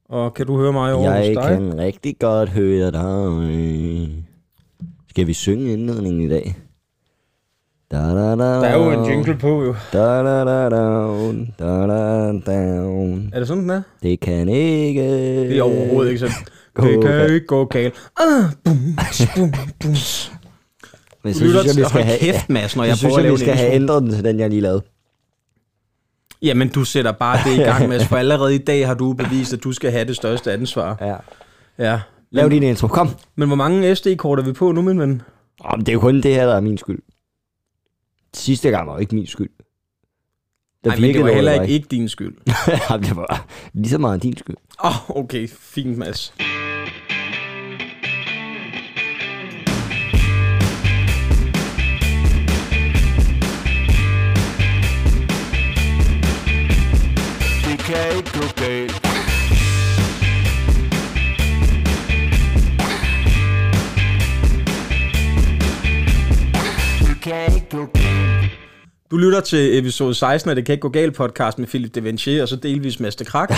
Og kan du høre mig over hos dig? Jeg kan rigtig godt høre dig. Skal vi synge indledningen i dag? Der er jo en jingle på, jo. Er det sådan, den er? Det kan ikke... Det er overhovedet ikke sådan. Det kan ikke gå galt. Bum, bum, bum. Men så synes jeg, vi skal have... Kæft, Mads, når jeg synes, prøver at lave vi skal have ændret den til den, jeg lige lavede. Jamen, du sætter bare det i gang, Mads. For allerede i dag har du bevist, at du skal have det største ansvar. Ja. Lav din intro, kom. Men hvor mange SD-kort er vi på nu, min ven? Det er jo kun det her, der er min skyld. Sidste gang var jo ikke min skyld. Nej, men det var heller ikke din skyld. Det var lige så meget din skyld. Okay, fint, Mads. Det kan ikke gå galt. Det kan ikke gå galt. Du lytter til episode 16 af Det kan ikke gå galt podcast med Philip Devanché og så delvis Mads de Krak.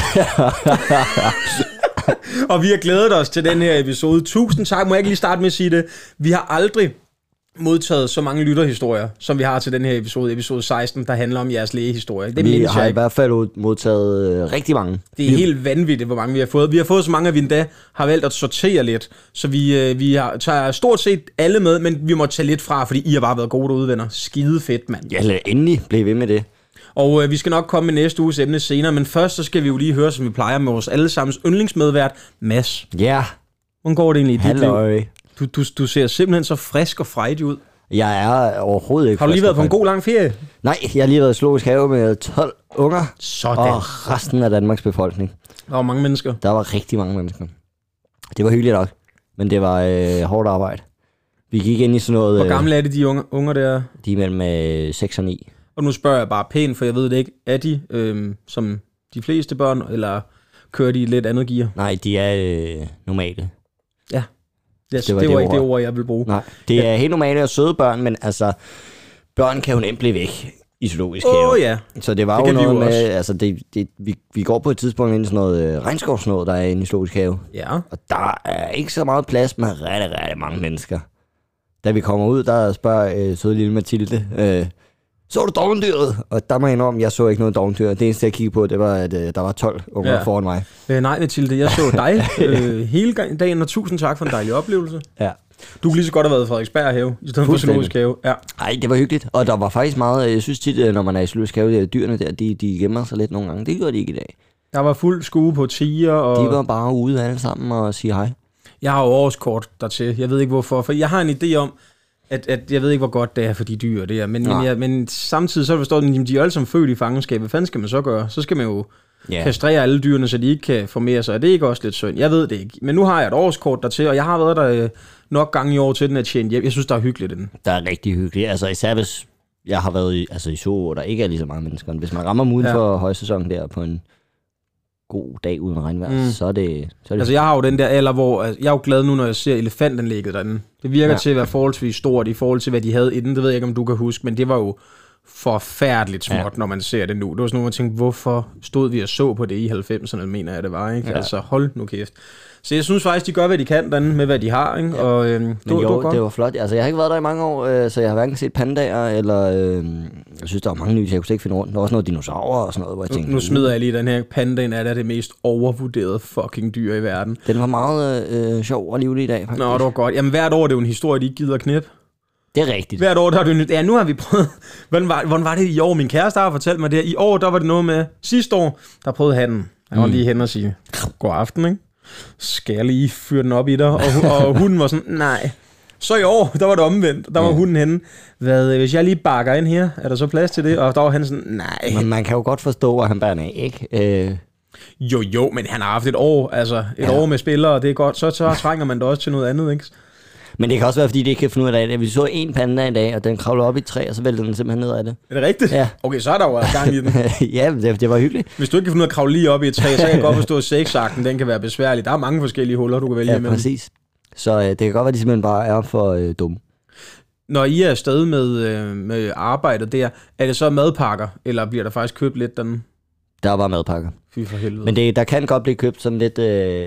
Og vi har glædet os til den her episode. Tusind tak. Må jeg ikke lige starte med at sige det? Vi har aldrig modtaget så mange lytterhistorier, som vi har til den her episode 16, der handler om jeres lægehistorie. Vi har i hvert fald modtaget rigtig mange. Det er helt vanvittigt, hvor mange vi har fået. Vi har fået så mange, at vi endda har valgt at sortere lidt. Så vi tager stort set alle med, men vi må tage lidt fra, fordi I har bare været gode derude, venner. Skide fedt, mand. Ja, endelig blive ved med det. Og vi skal nok komme med næste uges emne senere, men først så skal vi jo lige høre, som vi plejer, med vores allesammens yndlingsmedvært, Mads. Ja. Hvordan går det egentlig i dit liv? Halløj. Du ser simpelthen så frisk og frejdig ud. Jeg er overhovedet ikke. Har du lige været på en god lang ferie? Nej, jeg har lige været i zoologisk have med 12 unger. Sådan. Og resten af Danmarks befolkning. Der var mange mennesker. Der var rigtig mange mennesker. Det var hyggeligt nok, men det var hårdt arbejde. Vi gik ind i sådan noget... Hvor gamle er de unger der? De er mellem 6 og 9. Og nu spørger jeg bare pænt, for jeg ved det ikke. Er de som de fleste børn, eller kører de i lidt andet gear? Nej, de er normale. Ja. Yes, det var ikke det ord, jeg ville bruge. Nej, det er helt normale og søde børn, men altså, børn kan jo nemt blive væk i zoologisk have. Ja. Så det var det jo noget med, altså vi går på et tidspunkt ind i sådan noget regnskovsnået, der er inde i zoologisk have. Ja. Og der er ikke så meget plads med rigtig mange mennesker. Da vi kommer ud, der spørger søde lille Mathilde, så du dovendyret? Og der må jeg indrømme, jeg så ikke noget dovendyr. Det eneste, jeg kiggede på, det var, at der var 12 unger foran mig. Nej, Mathilde, jeg så dig hele dagen, og tusind tak for en dejlig oplevelse. Ja. Du kunne lige så godt have været i Frederiksberg have, i stedet for zoologisk have. Ja. Ej, det var hyggeligt. Og der var faktisk meget, jeg synes tit, når man er i zoologisk have, dyrene der, de gemmer sig lidt nogle gange. Det gjorde de ikke i dag. Der var fuld skue på tiger. Og... De var bare ude alle sammen og sige hej. Jeg har jo årskort dertil. Jeg ved ikke hvorfor, for jeg har en idé om, at jeg ved ikke, hvor godt det er for de dyr, det er. Men samtidig så er det forstået, at de er alle sammen født i fangenskab. Hvad fanden skal man så gøre? Så skal man jo kastrere alle dyrene, så de ikke kan formere sig. Er det ikke også lidt synd? Jeg ved det ikke. Men nu har jeg et årskort dertil, og jeg har været der nok gange i år til den at tjene hjem. Jeg synes, der er hyggeligt i den. Der er rigtig hyggeligt. Altså især hvis jeg har været i zoo, hvor der ikke er lige så mange mennesker. Hvis man rammer uden for højsæsonen der på en god dag uden regnvejr, så er det... Altså jeg har jo den der alder, hvor jeg er jo glad nu, når jeg ser elefantanlægget derinde. Det virker til at være forholdsvis stort i forhold til, hvad de havde inden. Det ved jeg ikke, om du kan huske, men det var jo forfærdeligt småt, når man ser det nu. Det var sådan noget, man tænkte, hvorfor stod vi og så på det i 90'erne, mener jeg det var, ikke? Ja. Altså hold nu kæft. Så jeg synes faktisk, de gør, hvad de kan derinde med, hvad de har, ikke? Ja. Og, det var flot. Altså, jeg har ikke været der i mange år, så jeg har hverken set pandaer, eller... jeg synes, der var mange nye, så jeg kunne ikke finde rundt. Der var også noget dinosaurer og sådan noget, hvor jeg tænkte... Nu smider jeg lige den her. Pandaen er da det mest overvurderede fucking dyr i verden. Den var meget sjov og livlig i dag, faktisk. Nå, det var godt. Jamen, hvert år er det jo en historie, de ikke gider at knæppe. Det er rigtigt. Hvert år, der har du... Ja, nu har vi prøvet... Hvordan var det i år? Min kæreste har fortalt mig det. I år, der var det noget med... Sidste år, der prøvede han var lige hen og sige, god aften, ikke? Skal jeg lige fyre den op i dig? Og hunden var sådan, nej. Så i år, der var det omvendt. Der var hunden henne. Hvis jeg lige bakker ind her, er der så plads til det? Og der var han sådan, nej. Men man kan jo godt forstå, at han bærer af, ikke? Jo, men han har haft et år. Altså, år med spillere, og det er godt. Så trænger man da også til noget andet, ikke? Men det kan også være, fordi det ikke kan finde ud af det. Vi så en panda i dag, og den kravlede op i et træ, og så væltede den simpelthen ned af det. Er det rigtigt? Ja. Okay, så er der jo gang i den. Ja, det var hyggeligt. Hvis du ikke kan finde ud af at kravle lige op i et træ, så kan jeg godt forstå, at sexakten, den kan være besværlig. Der er mange forskellige huller, du kan vælge imellem. Ja, præcis. Så det kan godt være, at de simpelthen bare er for dumme. Når I er afsted med arbejdet der, er det så madpakker, eller bliver der faktisk købt lidt den? Der var madpakker. Fy for helvede. Men der kan godt blive købt sådan lidt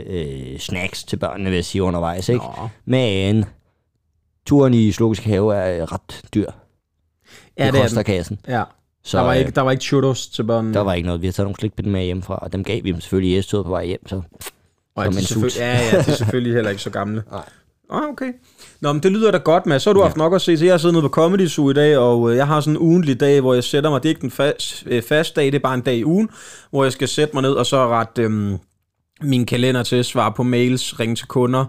snacks til børnene, vil jeg sige, undervejs, ikke? Nå. Men turen i Zoologisk Have er ret dyr. Ja, det er koster den. kassen. Ja. Så, Der var ikke churros til børnene. der var ikke noget. Vi har taget nogle slikpinde med hjemmefra, og dem gav vi dem selvfølgelig i S-toget på vej hjem, så Og som de en er sut. ja, de er selvfølgelig heller ikke så gamle. Nej. Okay. Nå, men det lyder da godt, Mads. Så har du haft nok at se. Så jeg har siddet nede på Comedy Zoo i dag, og jeg har sådan en ugentlig dag, hvor jeg sætter mig. Det er ikke den fast dag, det er bare en dag i ugen, hvor jeg skal sætte mig ned og så rette min kalender til, svare på mails, ringe til kunder.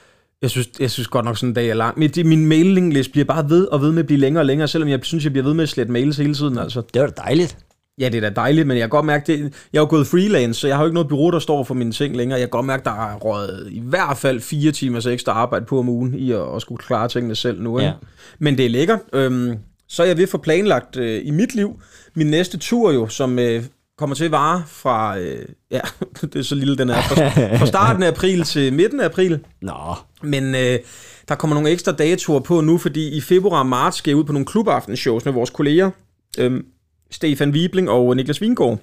Jeg synes godt nok sådan en dag er lang. Min mailingliste bliver bare ved med at blive længere og længere, selvom jeg synes, jeg bliver ved med at slette mails hele tiden. Altså. Det var da dejligt. Ja, det er da dejligt, men jeg kan godt mærke, jeg er jo gået freelance, så jeg har jo ikke noget bureau, der står for mine ting længere. Jeg kan godt mærke, der er røget i hvert fald 4 timers ekstra arbejde på om ugen i at skulle klare tingene selv nu. Ikke? Ja. Men det er lækkert. Så er jeg ved at få planlagt i mit liv min næste tur jo, som kommer til at vare fra, det er så lille den er, fra starten af april til midten af april. Nå. Men der kommer nogle ekstra datoer på nu, fordi i februar og marts skal jeg ud på nogle klubaftenshows med vores kolleger. Stefan Wibling og Niklas Vingård.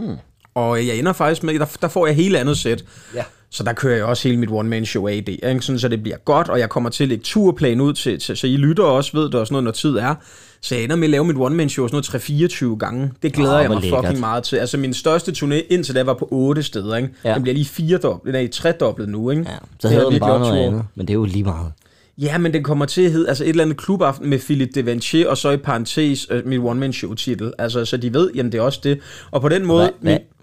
Og jeg ender faktisk med, der får jeg hele andet sæt. Ja. Så der kører jeg også hele mit one-man-show af det, ikke? Sådan, så det bliver godt, og jeg kommer til at lægge turplan ud til, så I lytter også, ved det også noget, når tid er. Så jeg ender med at lave mit one-man-show sådan noget 3-24 gange. Det glæder jeg mig fucking meget til. Altså min største turné indtil da var på 8 steder, ikke? Ja. Den bliver lige 3-doblet nu, ikke? Ja, så hedder den bare noget andet, men det er jo lige meget. Ja, men den kommer til at hedde et eller andet klubaften med Philippe Devanché, og så i parentes mit one-man-show-titel. Altså, så de ved, jamen det er også det. Og på den måde...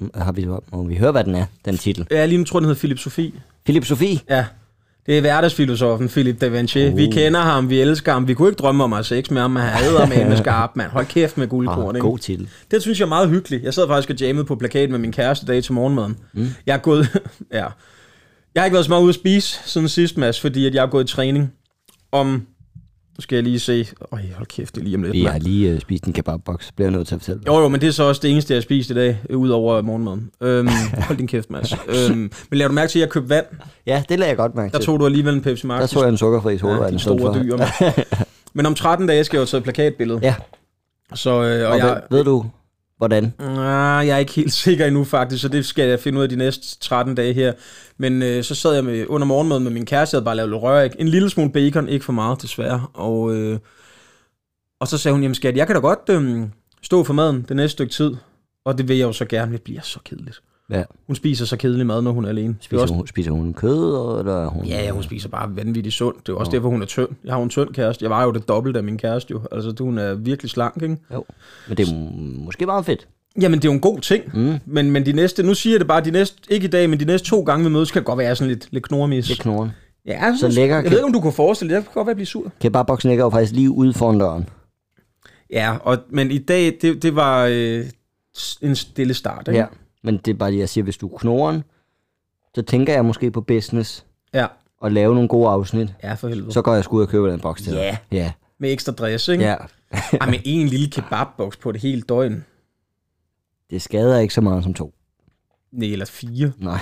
Må vi høre, hvad den er, den titel? Ja, lige nu tror den hedder Philippe Sofie. Philippe Sofie? Ja. Det er hverdagsfilosofen, Philippe Devanché. Vi kender ham, vi elsker ham. Vi kunne ikke drømme om at have sex med ham, men han æder med skarp, mand. Hold kæft med guldkorn, ikke? God titel. Det synes jeg er meget hyggeligt. Jeg sad faktisk og jammede på plakaten med min kæreste dag til morgenmaden. Jeg er gået... ja. Jeg har ikke været så meget ude at spise siden sidst, Mads, fordi at jeg er gået i træning. Nu skal jeg lige se... hold kæft, det er lige om lidt. Vi har lige spist en kebabboks, bliver jeg nødt til at fortælle dig. Jo, men det er så også det eneste, jeg har spist i dag, udover morgenmaden. Hold din kæft, Mads. Men lader du mærke til, at jeg købte vand? Ja, det lader jeg godt mærke til. Der tog du alligevel en Pepsi Max. Der tog jeg en sukkerfri sodavand. Ja, de store dyr. Men om 13 dage skal jeg jo tage et plakatbillede. Ja. Så, ved du, hvordan? Jeg er ikke helt sikker endnu faktisk, så det skal jeg finde ud af de næste 13 dage her. Men så sad jeg under morgenmaden med min kæreste, jeg havde bare lavet lidt røræg. En lille smule bacon, ikke for meget desværre. Og så sagde hun, jamen skat, jeg kan da godt stå for maden det næste stykke tid. Og det vil jeg jo så gerne, det bliver så kedeligt. Ja. Hun spiser så kedelig mad, når hun er alene. Spiser hun kød, eller hun... Ja, hun spiser bare vanvittigt sundt. Det er jo også derfor, hun er tynd. Jeg har jo en tynd kæreste. Jeg var jo det dobbelte af min kæreste jo. Altså, hun er virkelig slank, ikke? Jo, men det er måske meget fedt. Jamen, det er jo en god ting. Men de næste, nu siger jeg det bare, ikke i dag, men de næste 2 gange vi mødes, skal det godt være sådan lidt knormis. Lidt knoren. Ja, så lækker. Jeg ved ikke, om du kunne forestille dig. Det kan godt være, at blive sur. Kebabboksen ligger jo faktisk lige ude foran døren. Ja, men i dag, det var en stille start, ikke? Ja, men det er bare det, jeg siger, hvis du er knoren, så tænker jeg måske på business. Ja. Og lave nogle gode afsnit. Ja, for helvede. Så går jeg sgu ud og køber den boks til dig. Ja. Med ekstra dressing. Ja. Med en lille kebabboks på det hele døgn. Det skader ikke så meget som 2. Nej, eller 4. Nej.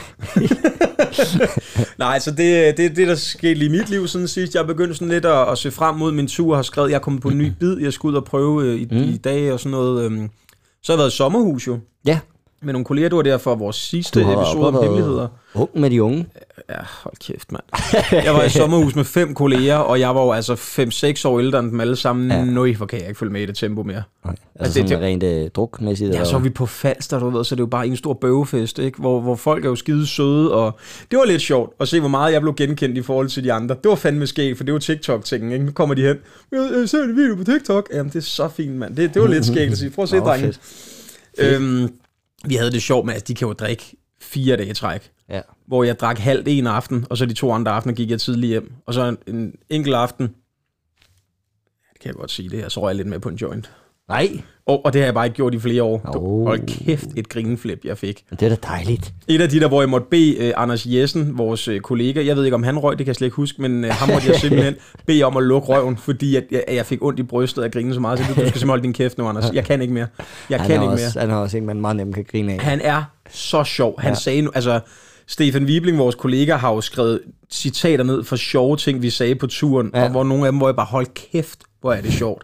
Nej, så det der skete i mit liv siden sidst. Jeg begyndte sådan lidt at se frem mod min tur, har skrevet, jeg er kommet på en ny bid, jeg skal ud og prøve i dag og sådan noget. Så har jeg været i sommerhus jo. Ja. Med nogle kolleger, du var der for vores sidste episode om hemmeligheder. Ung med de unge. Ja, hold kæft, mand. Jeg var i sommerhus med 5 kolleger, og jeg var jo altså 5-6 år ældre end dem alle sammen. Ja. Nøj, hvor kan jeg ikke følge med i det tempo mere. Nej. Altså sådan rent drukmæssigt? Ja, så var vi på Falster, du ved, så det er jo bare en stor bøvefest, ikke? Hvor folk er jo skide søde, og det var lidt sjovt at se, hvor meget jeg blev genkendt i forhold til de andre. Det var fandme skægt, for det var TikTok-tingen, ikke? Nu kommer de hen. Jeg ser en video på TikTok. Jamen, det er så fint, mand. Det var lidt skægt at sige. Prøv at se, drenge. Vi havde det sjovt med, at de kan jo drikke 4 dage i træk. Ja. Hvor jeg drak halvt en aften, og så de 2 andre aftener gik jeg tidligt hjem. Og så en enkelt aften, det kan jeg godt sige det her, så røg jeg lidt med på en joint. Nej. Og det har jeg bare ikke gjort i flere år. Hold kæft, et grineflip, jeg fik. Det er da dejligt. Et af de der, hvor jeg måtte bede Anders Jessen, vores kollega, jeg ved ikke, om han røg, det kan jeg slet ikke huske, men ham måtte jeg simpelthen bede om at lukke røven, fordi jeg fik ondt i brystet af grine så meget, så du skal simpelthen holde din kæft nu, Anders. Jeg kan ikke mere. Han har også en, man meget nemt kan grine af. Han er så sjov. Han sagde nu, altså... Stefan Wibling, vores kollega, har jo skrevet citater ned for sjove ting, vi sagde på turen, og hvor nogle af dem, hvor jeg bare, hold kæft, hvor er det sjovt.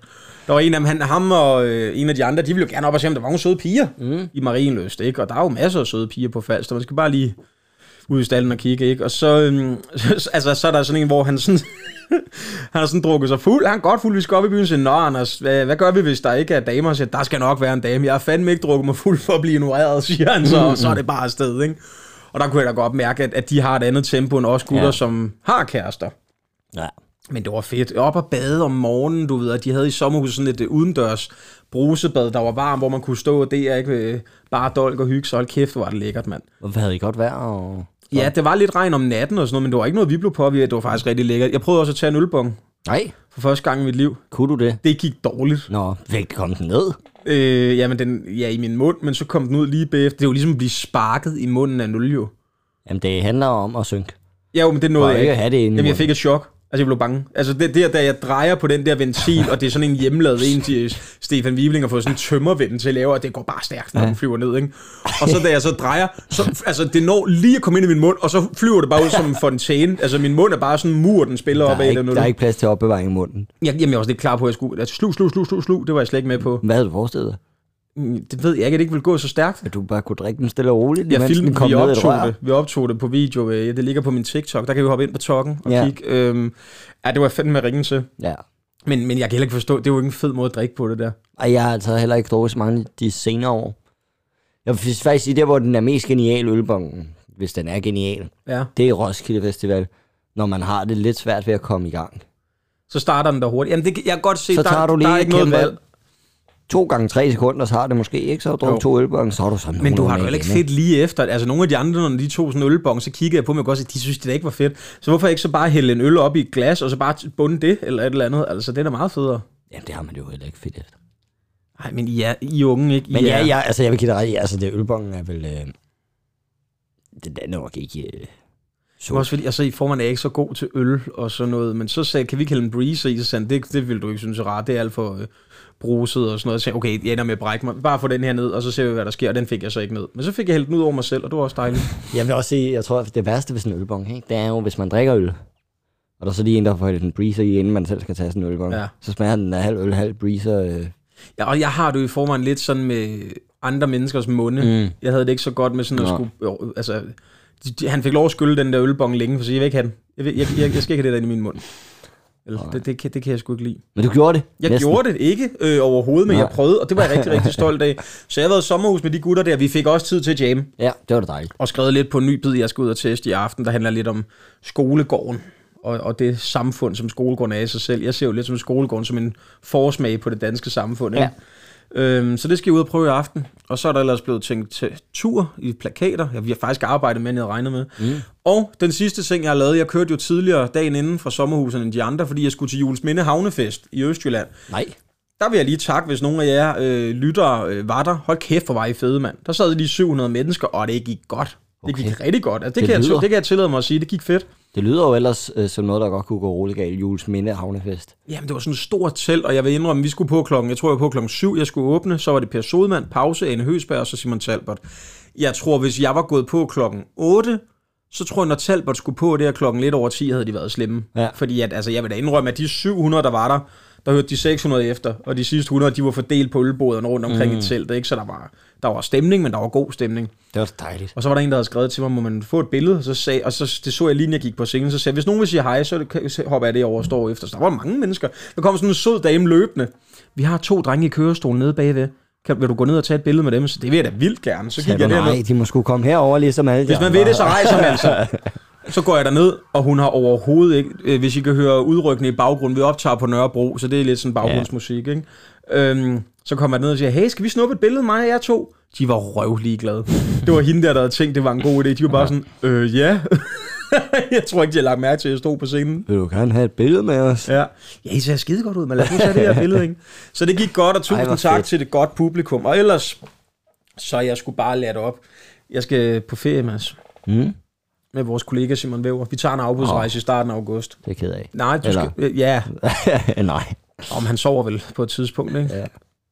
Der var en af dem, ham og en af de andre, de ville jo gerne op og se, om der var nogle søde piger i Marienlyst, ikke? Og der er jo masser af søde piger på Falster, man skal bare lige ud i stallen og kigge, ikke? Og så, så er der sådan en, hvor han sådan... han har sådan drukket sig fuld. Han er godt fuld. Vi skal op i byen og siger, nå Anders, hvad gør vi, hvis der ikke er damer? Og siger, der skal nok være en dame. Jeg har fandme ikke drukket mig fuld for at blive ignoreret, siger han så. Og så er det bare afsted, ikke? Og der kunne jeg da godt mærke, at de har et andet tempo end os gutter, som har kærester. Ja. Men det var fedt. Op og bade om morgenen, du ved, at de havde i sommerhuset sådan et udendørs brusebad, der var varmt, hvor man kunne stå der, ikke? Bare dolk og hygge, så hold kæft, hvor var det lækkert, mand. Hvorfor havde I godt vejr? Og... Ja, det var lidt regn om natten og sådan noget, men det var ikke noget, vi blev påvirket. Det var faktisk rigtig lækkert. Jeg prøvede også at tage en ølbong. Nej. For første gang i mit liv. Kunne du det? Det gik dårligt. Nå, fik det komme den ned? Jamen, i min mund, men så kom den ud lige bagefter. Det var ligesom at blive sparket i munden af en øl, jo. Jamen, det handler om at synke. Ja, men det nåede jeg ikke. Have det Jamen, jeg fik et chok. Altså, jeg blev bange. Altså, det der, da jeg drejer på den der ventil, og det er sådan en hjemmelavet en til Stefan Wibling har fået sådan en tømmervend til at lave, og det går bare stærkt, når den flyver ned, ikke? Og så da jeg så drejer, så, altså, det når lige at komme ind i min mund, og så flyver det bare ud som en fontæne. Altså, min mund er bare sådan en mur, den spiller op af. Der er ikke plads til opbevaring i munden. Jamen, jeg var også lidt klar på, at jeg skulle... Altså, slug, det var jeg slet ikke med på. Hvad havde du forestillet dig? Det ved jeg ikke, at det ikke ville gå så stærkt. At du bare kunne drikke den stille og roligt? Jeg filmede, vi optog det på video. Det ligger på min TikTok. Der kan vi hoppe ind på tokken og kigge. Det var fandme ringen til. Ja. Men jeg kan heller ikke forstå, det er jo ikke en fed måde at drikke på det der. Og jeg har altså heller ikke drukket så mange de senere år. Jeg vil faktisk sige, der hvor den er mest genial ølbongen, hvis den er genial, det er Roskilde Festival, når man har det lidt svært ved at komme i gang. Så starter den der hurtigt. Jamen, jeg kan godt se, så tager du lige der er ikke noget valg. 2 gange 3 sekunder, så har det måske ikke, så har du drukket 2 ølbong, så har du sådan. Men du har jo ikke fedt lige efter. Altså nogle af de andre, når de tog sådan en ølbong, så kiggede jeg på mig og godt sige, de synes, det ikke var fedt. Så hvorfor ikke så bare hælde en øl op i et glas, og så bare bunde det, eller et eller andet? Altså, det er da meget federe. Jamen, det har man jo heller ikke fedt efter. Nej, men I unge, ikke? Men altså, jeg vil give dig ret i, altså, det ølbongen er vel... det er nok ikke... Så. Også fordi, altså, i formen er ikke så god til øl og sådan noget, men så sagde, kan vi kalde en breezer i, så sagde det vil du ikke synes er rart, det er alt for bruset og sådan noget. Så sagde okay, jeg ender med at brække mig, bare få den her ned, og så ser vi, hvad der sker, og den fik jeg så ikke ned. Men så fik jeg hældt den ud over mig selv, og det var også dejligt. Jeg vil også sige, jeg tror, at det værste ved sådan en ølbong, ikke? Det er jo, hvis man drikker øl, og der er så lige en, der får hældt en breezer i, inden man selv skal tage sådan en ølbong. Ja. Så smager den af halv øl, halv breezer. Ja, og jeg har det jo i formen lidt sådan med andre menneskers munde. Jeg havde det ikke så godt med sådan at skulle... Altså, han fik lov at skylle den der ølbong længe, for så jeg vil ikke have den. Jeg skal ikke have det der i min mund. Eller, det kan jeg sgu ikke lide. Men du gjorde det? Jeg gjorde det ikke overhovedet, men jeg prøvede, og det var jeg rigtig, rigtig stolt af. Så jeg har været i sommerhus med de gutter der. Vi fik også tid til at jamme. Ja, det var det dejligt. Og skrevet lidt på en ny bid, jeg skal ud og teste i aften, der handler lidt om skolegården. Og det samfund, som skolegården er i sig selv. Jeg ser jo lidt som skolegården som en forsmag på det danske samfund. Ikke? Ja. Så det skal jeg ud og prøve i aften. Og så er der ellers blevet tænkt til tur i plakater. Vi har faktisk arbejdet med, jeg regnet med. Og den sidste ting, jeg har lavet, jeg kørte jo tidligere dagen inden fra sommerhusene end de andre, fordi jeg skulle til Juelsminde Havnefest i Østjylland. Nej. Der vil jeg lige takke, hvis nogle af jer lyttere var der. Hold kæft, hvor var I fede, mand. Der sad lige 700 mennesker, og det gik godt. Det gik rigtig godt. Altså, det kan jeg tillade mig at sige. Det gik fedt. Det lyder jo ellers som noget, der godt kunne gå roligt galt. Juelsminde Havnefest. Jamen, det var sådan et stort telt, og jeg vil indrømme, vi skulle på klokken 7, jeg skulle åbne, så var det Per Sodemann, pause, Ane Høgsberg og så Simon Talbot. Jeg tror, hvis jeg var gået på klokken 8, så tror jeg, når Talbot skulle på der klokken lidt over 10, havde de været slemme. Ja. Fordi jeg vil da indrømme, at de 700, der var der hørte de 600 efter, og de sidste 100, de var fordelt på ølbåderne rundt omkring et telt, ikke? Så der var stemning, men der var god stemning. Det var dejligt. Og så var der en, der havde skrevet til mig, må man få et billede, og så det så jeg lige, når jeg gik på scenen, så sagde jeg, hvis nogen vil sige hej, så hopper jeg det over og står efter. Så der var mange mennesker. Der kom sådan en sød dame løbende. Vi har 2 drenge i kørestolen nede bagved. Vil du gå ned og tage et billede med dem? Så det vil jeg da vildt gerne. Så gik jeg derned. Nej, de må sgu komme herover ligesom alle. Hvis man ved det, så rejser man altså. Så går jeg derned, og hun har overhovedet ikke, hvis I kan høre udrykkende i baggrunden, vi optager på Nørrebro, så det er lidt sådan baggrundsmusik, ikke? Så kommer jeg ned og siger, hey, skal vi snuppe et billede af mig og jer 2? De var røvlige glade. Det var hende der havde tænkt, det var en god idé. De var bare sådan, ja. Jeg tror ikke, de har lagt mærke til, at jeg stod på scenen. Vil du gerne have et billede med os? Ja, I ser skide godt ud, men lad os nu tage det her billede, ikke? Så det gik godt, og tusind tak til det godt publikum. Og ellers, så jeg skulle bare lade op. Jeg skal på ferie, Mads. Med vores kollega Simon Væver. Vi tager en afbudsrejse i starten af august. Det er ked af. Nej, du skal... Ja. Nej. Om han sover vel på et tidspunkt, ikke? Ja.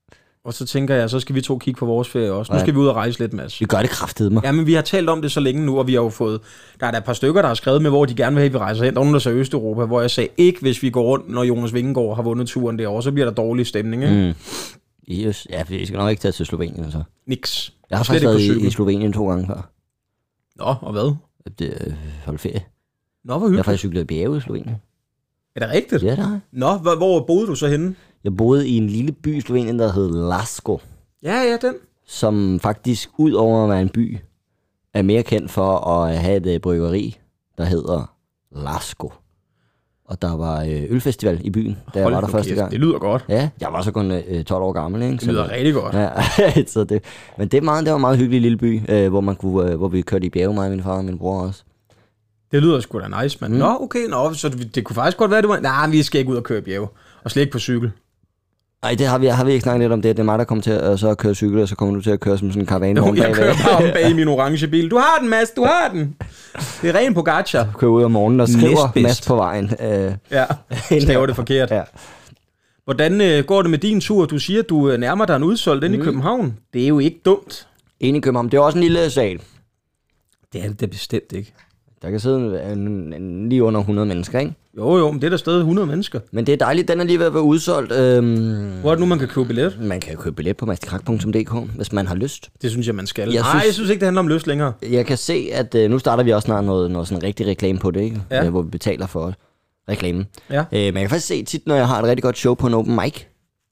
Og så tænker jeg, så skal vi 2 kigge på vores ferie også. Nu skal vi ud og rejse lidt, Mads. Vi gør det kraftedeme. Ja, men vi har talt om det så længe nu, og vi har jo fået... Der er der et par stykker, der har skrevet med, hvor de gerne vil have, at vi rejser hen. Der er nogen, der sagde Østeuropa, hvor jeg sagde, ikke hvis vi går rundt, når Jonas Vingegaard har vundet turen derovre, så bliver der dårlig stemning, ikke? Yes. Ja, vi skal nok ikke tage til Slovenien, så. Niks. Jeg har faktisk været i Slovenien 2 gange før. Nå, og hvad? Det holdt ferie. Nå, hvor hyggeligt. Jeg har faktisk cyklet bjerge i Slovenien. Er det rigtigt? Ja, det har jeg. Nå, hvor boede du så henne? Jeg boede i en lille by i Slovenien, der hed Lasko. Ja, den. Som faktisk, ud over at være en by, er mere kendt for at have et bryggeri, der hedder Lasko. Og der var ølfestival i byen, da jeg var der første gang. Det lyder godt. Ja, jeg var så kun 12 år gammel, ikke? Det lyder rigtig godt. Ja, så men det var en meget hyggelig lille by, hvor vi kørte i bjerge, mig og min far og min bror også. Det lyder sgu da nice, mand. Nå, okay, så det kunne faktisk godt være, det var... Nej, vi skal ikke ud og køre bjerge. Og slet ikke på cykel. Nej, det har vi ikke snakket lidt om det. Det er mig, der kommer til at så køre cykel, og så kommer du til at køre som sådan en karavane. Jeg kører bare bag i min orange bil. Du har den, Mads, du har den. Det er ren Pogacar. Kører ud om morgenen og skriver Mads på vejen. Ja, staver det forkert. Ja. Hvordan går det med din tur? Du siger, at du nærmer dig en udsolgt ind i København. Det er jo ikke dumt. Ind i København. Det er også en lille sal. Det er det bestemt ikke. Der kan sidde lige under 100 mennesker, ikke? Jo, men det er der stadig 100 mennesker. Men det er dejligt, den er lige ved at være udsolgt. Hvor er det nu, man kan købe billet? Man kan købe billet på masterkrak.dk, hvis man har lyst. Det synes jeg, man skal. Jeg synes ikke, det handler om lyst længere. Jeg kan se, at nu starter vi også snart noget sådan rigtig reklame på det, ikke? Ja. Hvor vi betaler for reklamen. Ja. Men jeg kan faktisk se tit, når jeg har et rigtig godt show på en open mic,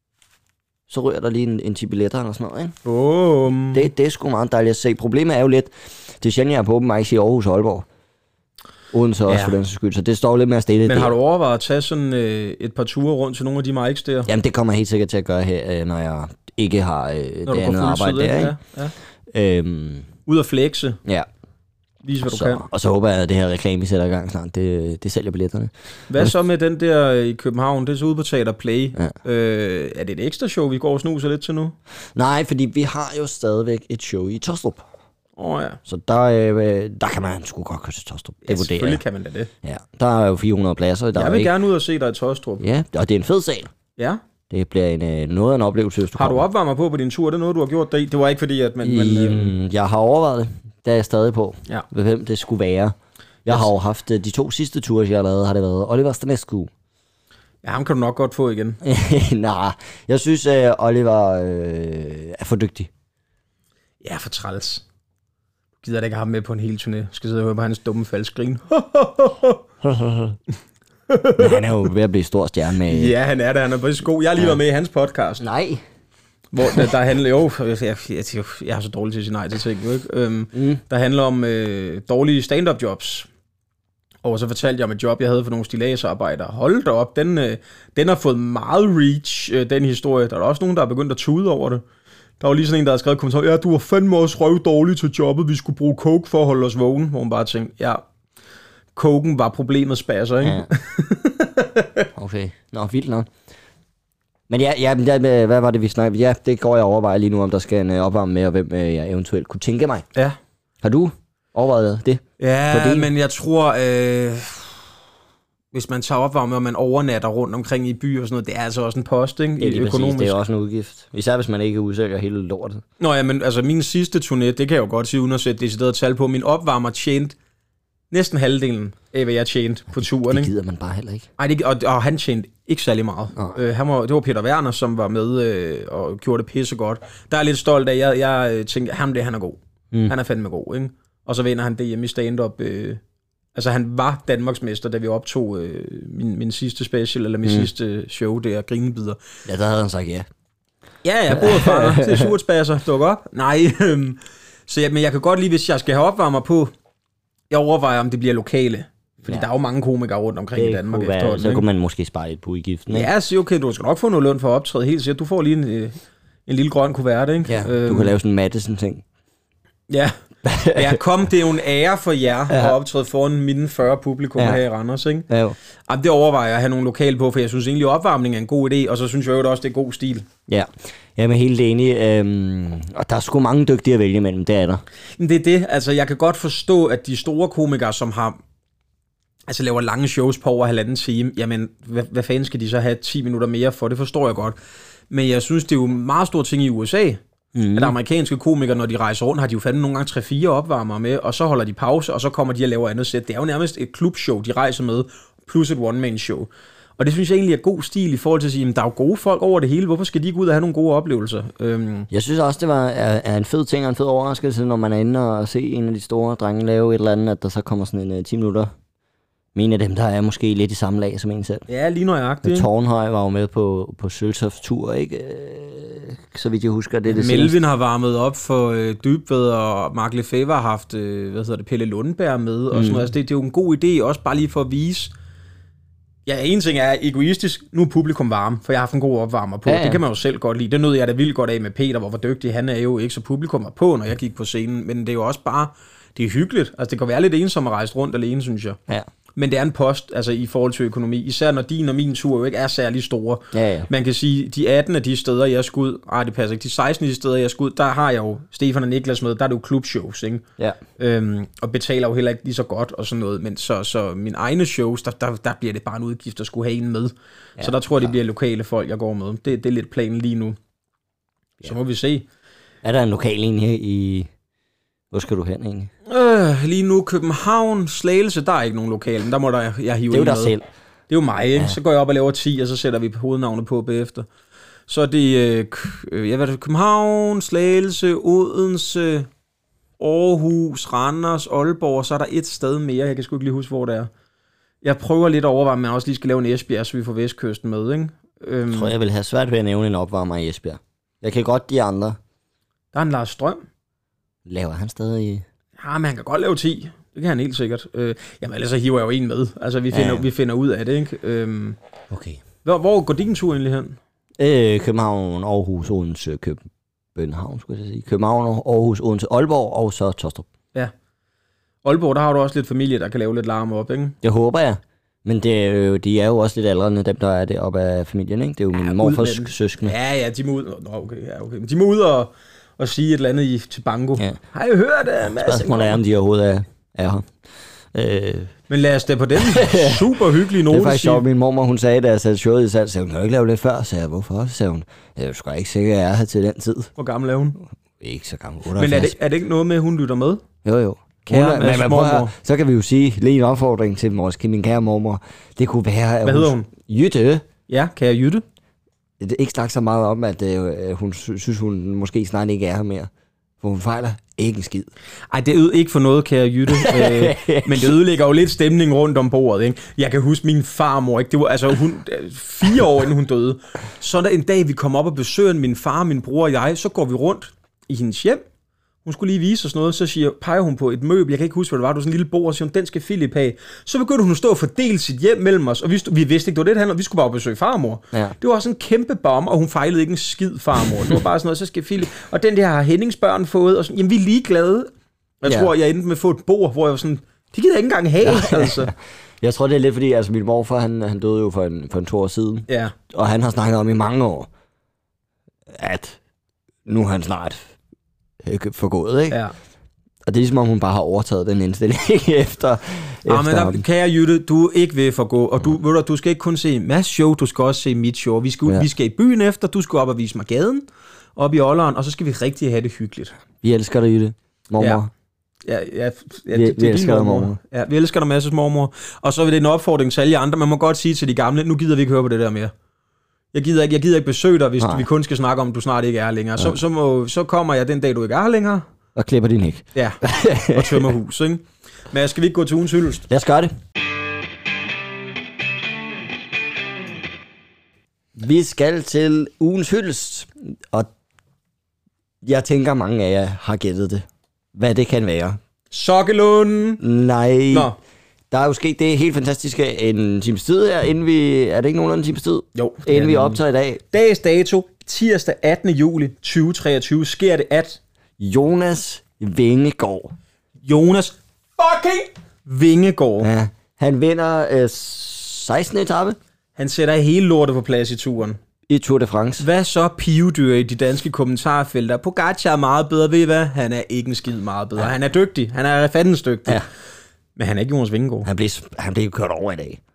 så rører der lige en 10 billetter eller sådan noget, ikke? Det er sgu meget dejligt at se. Problemet er jo lidt, det er sjældent, jeg er på open mics i Aarhus og Aalborg. Uden så også for den skyld, så det står lidt mere stille. Men har du overvejet at tage sådan et par ture rundt til nogle af de mics der? Jamen, det kommer jeg helt sikkert til at gøre her, når jeg ikke har det andet arbejde der, ikke? Ja. Ud at flexe. Ja. Vise, hvad du kan. Og så håber jeg, at det her reklame, vi sætter i gang snart, det sælger billetterne. Hvad så med den der i København? Det er så ude på Teater Play. Ja. Er det et ekstra show, vi går og snuser lidt til nu? Nej, fordi vi har jo stadigvæk et show i Tostrup. Ja. Så der kan man sgu godt køre til Tostrup. Ja, selvfølgelig kan man da det. Ja, der er jo 400 pladser. Jeg vil gerne ud og se dig i Tostrup. Ja, og det er en fed sal. Ja. Det bliver noget af en oplevelse, hvis du har du opvarmet på din tur? Det er noget, du har gjort det var ikke fordi, at jeg har overvejet det. Der er jeg stadig på, ja. Hvem det skulle være. Jeg har jo haft de 2 sidste ture, jeg har lavet, har det været Oliver Stanescu. Ja, ham kan du nok godt få igen. Nej, jeg synes, Oliver er for dygtig. Ja, for træls. Du gider da ikke have ham med på en hel turné. Skal sidde og høre på hans dumme falskgrin. Men han er jo ved at blive stor stjerne med... Ja, han er det. Han er faktisk god. Jeg har lige været med i hans podcast. Nej. Hvor der handler jeg har så dårligt til at sige nej til ting, ikke? Der handler om dårlige stand-up jobs. Og så fortalte jeg om et job, jeg havde for nogle stilladsarbejdere. Hold da op, den har fået meget reach, den historie. Der er også nogen, der er begyndt at tude over det. Der var lige sådan en, der havde skrevet kommentar, ja, du var fandme også røv dårlig til jobbet, vi skulle bruge coke for at holde os vågen. Hvor man bare tænkte, ja, coken var problemet spasser, ikke? Ja. Okay, vildt nok. Men ja, hvad var det, vi snakkede? Ja, det går jeg overvejer lige nu, om der skal en opvarme med, og hvem jeg eventuelt kunne tænke mig. Ja. Har du overvejet det? Ja, men jeg tror, hvis man tager opvarme, og man overnatter rundt omkring i byer og sådan noget, det er altså også en post, ikke? Det er økonomisk. Det er også en udgift. Især hvis man ikke udsælger hele lortet. Nå ja, men altså min sidste turné, det kan jeg jo godt sige, uden at sætte decideret tal på. Min opvarmer tjente næsten halvdelen af, hvad jeg tjente på turen. Det gider man bare heller ikke. Nej, og han tjente ikke særlig meget. Det var Peter Werner, som var med og gjorde det pisse godt. Der er lidt stolt af, jeg tænkte, han er god. Han er fandme god, ikke? Og så vinder han det hjemme i stand-up. Altså han var Danmarksmester, da vi optog min sidste special, eller min sidste show der, Grinebider. Ja, der havde han sagt ja. Ja, bordet fanger til surtspasser, dukke op. Nej, men jeg kan godt lide, hvis jeg skal have opvarmer på, jeg overvejer, om det bliver lokale. Fordi der er jo mange komikere rundt omkring i Danmark efterhånden. Så kunne man måske spare lidt på udgiften, ikke? Ja, så okay, du skal nok få noget løn for at optræde helt sikkert. Du får lige en lille grøn kuvert, ikke? Ja, du kan lave sådan en Madison-ting. Ja, det er jo en ære for jer at optræde foran mine 40 publikum her i Randers, ikke? Ja, jo. Det overvejer jeg at have nogle lokale på, for jeg synes egentlig, at opvarmning er en god idé, og så synes jeg jo også, det er god stil. Ja, jeg er helt enig. Og der er sgu mange dygtige at vælge imellem, det er der. Men det er det, altså jeg kan godt forstå, at de store komikere, som laver lange shows på over 1,5 time, jamen, hvad fanden skal de så have 10 minutter mere for? Det forstår jeg godt. Men jeg synes, det er jo en meget stor ting i USA, at amerikanske komikere, når de rejser rundt, har de jo fandme nogle gange 3-4 opvarmere med, og så holder de pause, og så kommer de og laver andet sæt. Det er jo nærmest et klubshow, de rejser med, plus et one-man-show. Og det synes jeg egentlig er god stil i forhold til at sige, at der er jo gode folk over det hele. Hvorfor skal de ikke ud og have nogle gode oplevelser? Jeg synes også, det er en fed ting og en fed overraskelse, når man er inde og se en af de store drenge lave et eller andet, at der så kommer sådan en 10 minutter. En af dem, der er måske lidt i samme lag som en selv. Ja, lige nøjagtigt. Tornhøj var jo med på Søltofs tur, ikke? Så vidt jeg husker, det er det Melvin seneste. har varmet op for Dybved, og Mark Lefebvre har haft Pelle Lundberg med. Og sådan noget. Altså, det er jo en god idé, også bare lige for at vise. Ja, en ting er egoistisk. Nu er publikum varme, for jeg har haft en god opvarmer på. Ja. Det kan man jo selv godt lide. Det nød jeg da vildt godt af med Peter, hvor dygtig han er jo ikke, så publikum var på, når jeg gik på scenen. Men det er jo også bare, det er hyggeligt. Altså, det kan være lidt ensomt at rejse rundt alene, synes jeg. Ja. Men det er en post, altså i forhold til økonomi. Især når din og min tur jo ikke er særlig store. Ja. Man kan sige, de 18 af de steder, jeg skal ud, det passer ikke, de 16 af de steder, jeg skal ud, der har jeg jo Stefan og Niklas med, der er det jo klubshows, ikke? Ja. Og betaler jo heller ikke lige så godt og sådan noget. Men så mine egne shows, der bliver det bare en udgift, der skulle have en med. Ja, så der tror jeg, det bliver lokale folk, jeg går med. Det er lidt planen lige nu. Så må vi se. Er der en lokal enhed i... Hvor skal du hen egentlig? Lige nu København, Slagelse, der er ikke nogen lokale, men der må jeg hive. Det er jo dig selv. Det er jo mig, ikke? Ja. Så går jeg op og laver 10, og så sætter vi hovednavnet på bagefter. Så er det København, Slagelse, Odense, Aarhus, Randers, Aalborg, så er der et sted mere, jeg kan sgu ikke lige huske, hvor det er. Jeg prøver lidt at overveje, om jeg også lige skal lave en Esbjerg, så vi får Vestkysten med, ikke? Jeg tror, jeg vil have svært ved at nævne en opvarmer i Esbjerg. Jeg kan godt de andre. Der er en Lars Strøm. Laver han stadig? Ja, men han kan godt lave 10. Det kan han helt sikkert. Jamen, ellers så hiver jeg jo en med. Altså, vi finder ud af det, ikke? Okay. Hvor går din tur egentlig hen? København, Aarhus, Odense, København, skulle jeg sige. København, Aarhus, Odense, Aalborg og så Tostrup. Ja. Aalborg, der har du også lidt familie, der kan lave lidt larm op, ikke? Det håber jeg. Men de er jo også lidt aldrende, dem der er deroppe af familien, ikke? Det er jo min morfars søskende. Ja, de må ud. Okay. Men de må ud og sige et eller andet til banko. Ja. Har I hørt det? Spørgsmålet er, om de overhovedet er her. Men lad os da på den super hyggelige note. Det er faktisk sjovt, min mormor, hun sagde, da jeg satte showet i salg, så hun kan ikke lave lidt før, så jeg, hvorfor? Så sagde hun, jeg er sgu ikke sikker, at jeg er her til den tid. Hvor gammel er hun? Ikke så gammel, 78. Men er det ikke noget med, at hun lytter med? Jo. Men mormor. Så kan vi jo sige, lige en opfordring til min kære mormor. Det kunne være, at hvad hedder hun? Jytte. Ja, kære Jytte. Det er ikke snakke så meget om, at hun synes, hun måske snart ikke er her mere. For hun fejler ikke en skid. Ej, det er ikke for noget, kære Jytte. Men det ødelægger jo lidt stemning rundt om bordet, ikke? Jeg kan huske min farmor, ikke? Det var altså hun 4 år inden hun døde. Så der en dag, vi kom op og besøger min far, min bror og jeg, så går vi rundt i hendes hjem. Hun skulle lige vise os noget, så peger hun på et møbel, jeg kan ikke huske, hvad det var, du sådan en lille bord, og siger, den skal Philip have. Så begyndte hun at stå og fordele sit hjem mellem os, og vi vidste ikke, det var det handler om, vi skulle bare besøge farmor. Ja. Det var også en kæmpe bom, og hun fejlede ikke en skid farmor. Det var bare sådan noget, så skal Philip, og den der har Hennings børn fået, og sådan, jamen vi er ligeglade. Jeg tror, jeg endte med at få et bord, hvor jeg var sådan, det gider jeg ikke engang have, altså. Jeg tror, det er lidt fordi, altså min morfar, han døde jo for en 2 år siden, og han har snakket om i mange år, at nu er han snart forgået, ikke? Ja. Og det er ligesom, om hun bare har overtaget den indstilling efter men der, kære Jytte, du er ikke ved forgå, og du skal ikke kun se Mads show, du skal også se mit show. Vi skal i byen efter, du skal op og vise mig gaden, op i Olderen, og så skal vi rigtig have det hyggeligt. Vi elsker dig, Jytte. Mormor. Ja, vi elsker dig, mormor. Ja, vi elsker dig, Masses mormor. Og så er det en opfordring til alle andre. Man må godt sige til de gamle, nu gider vi ikke høre på det der mere. Jeg gider ikke besøge dig, hvis vi kun skal snakke om, at du snart ikke er her længere. Så kommer jeg den dag, du ikke er her længere. Og klipper din hæk. Ja, og tømmer hus, ikke? Men skal vi ikke gå til ugens hyldest? Lad os gøre det. Vi skal til ugens hyldest, og jeg tænker, mange af jer har gættet det. Hvad det kan være. Sokkelunden! Nej. Nå. Der er jo sket det helt fantastiske en times tid her, inden vi... Er det ikke nogen anden times tid? Jo. Inden vi optager i dag. Dags dato, tirsdag 18. juli 2023, sker det at... Jonas Vingegaard. Jonas fucking Vingegaard. Ja, han vinder 16. etape. Han sætter hele lortet på plads i turen. I Tour de France. Hvad så pivedyr i de danske kommentarfelter? Pogacar er meget bedre, ved I hvad? Han er ikke en skid meget bedre. Ja. Han er dygtig. Han er fandens dygtig. Ja. Men han er ikke Jonas Vingegaard. Han blev kørt over i dag.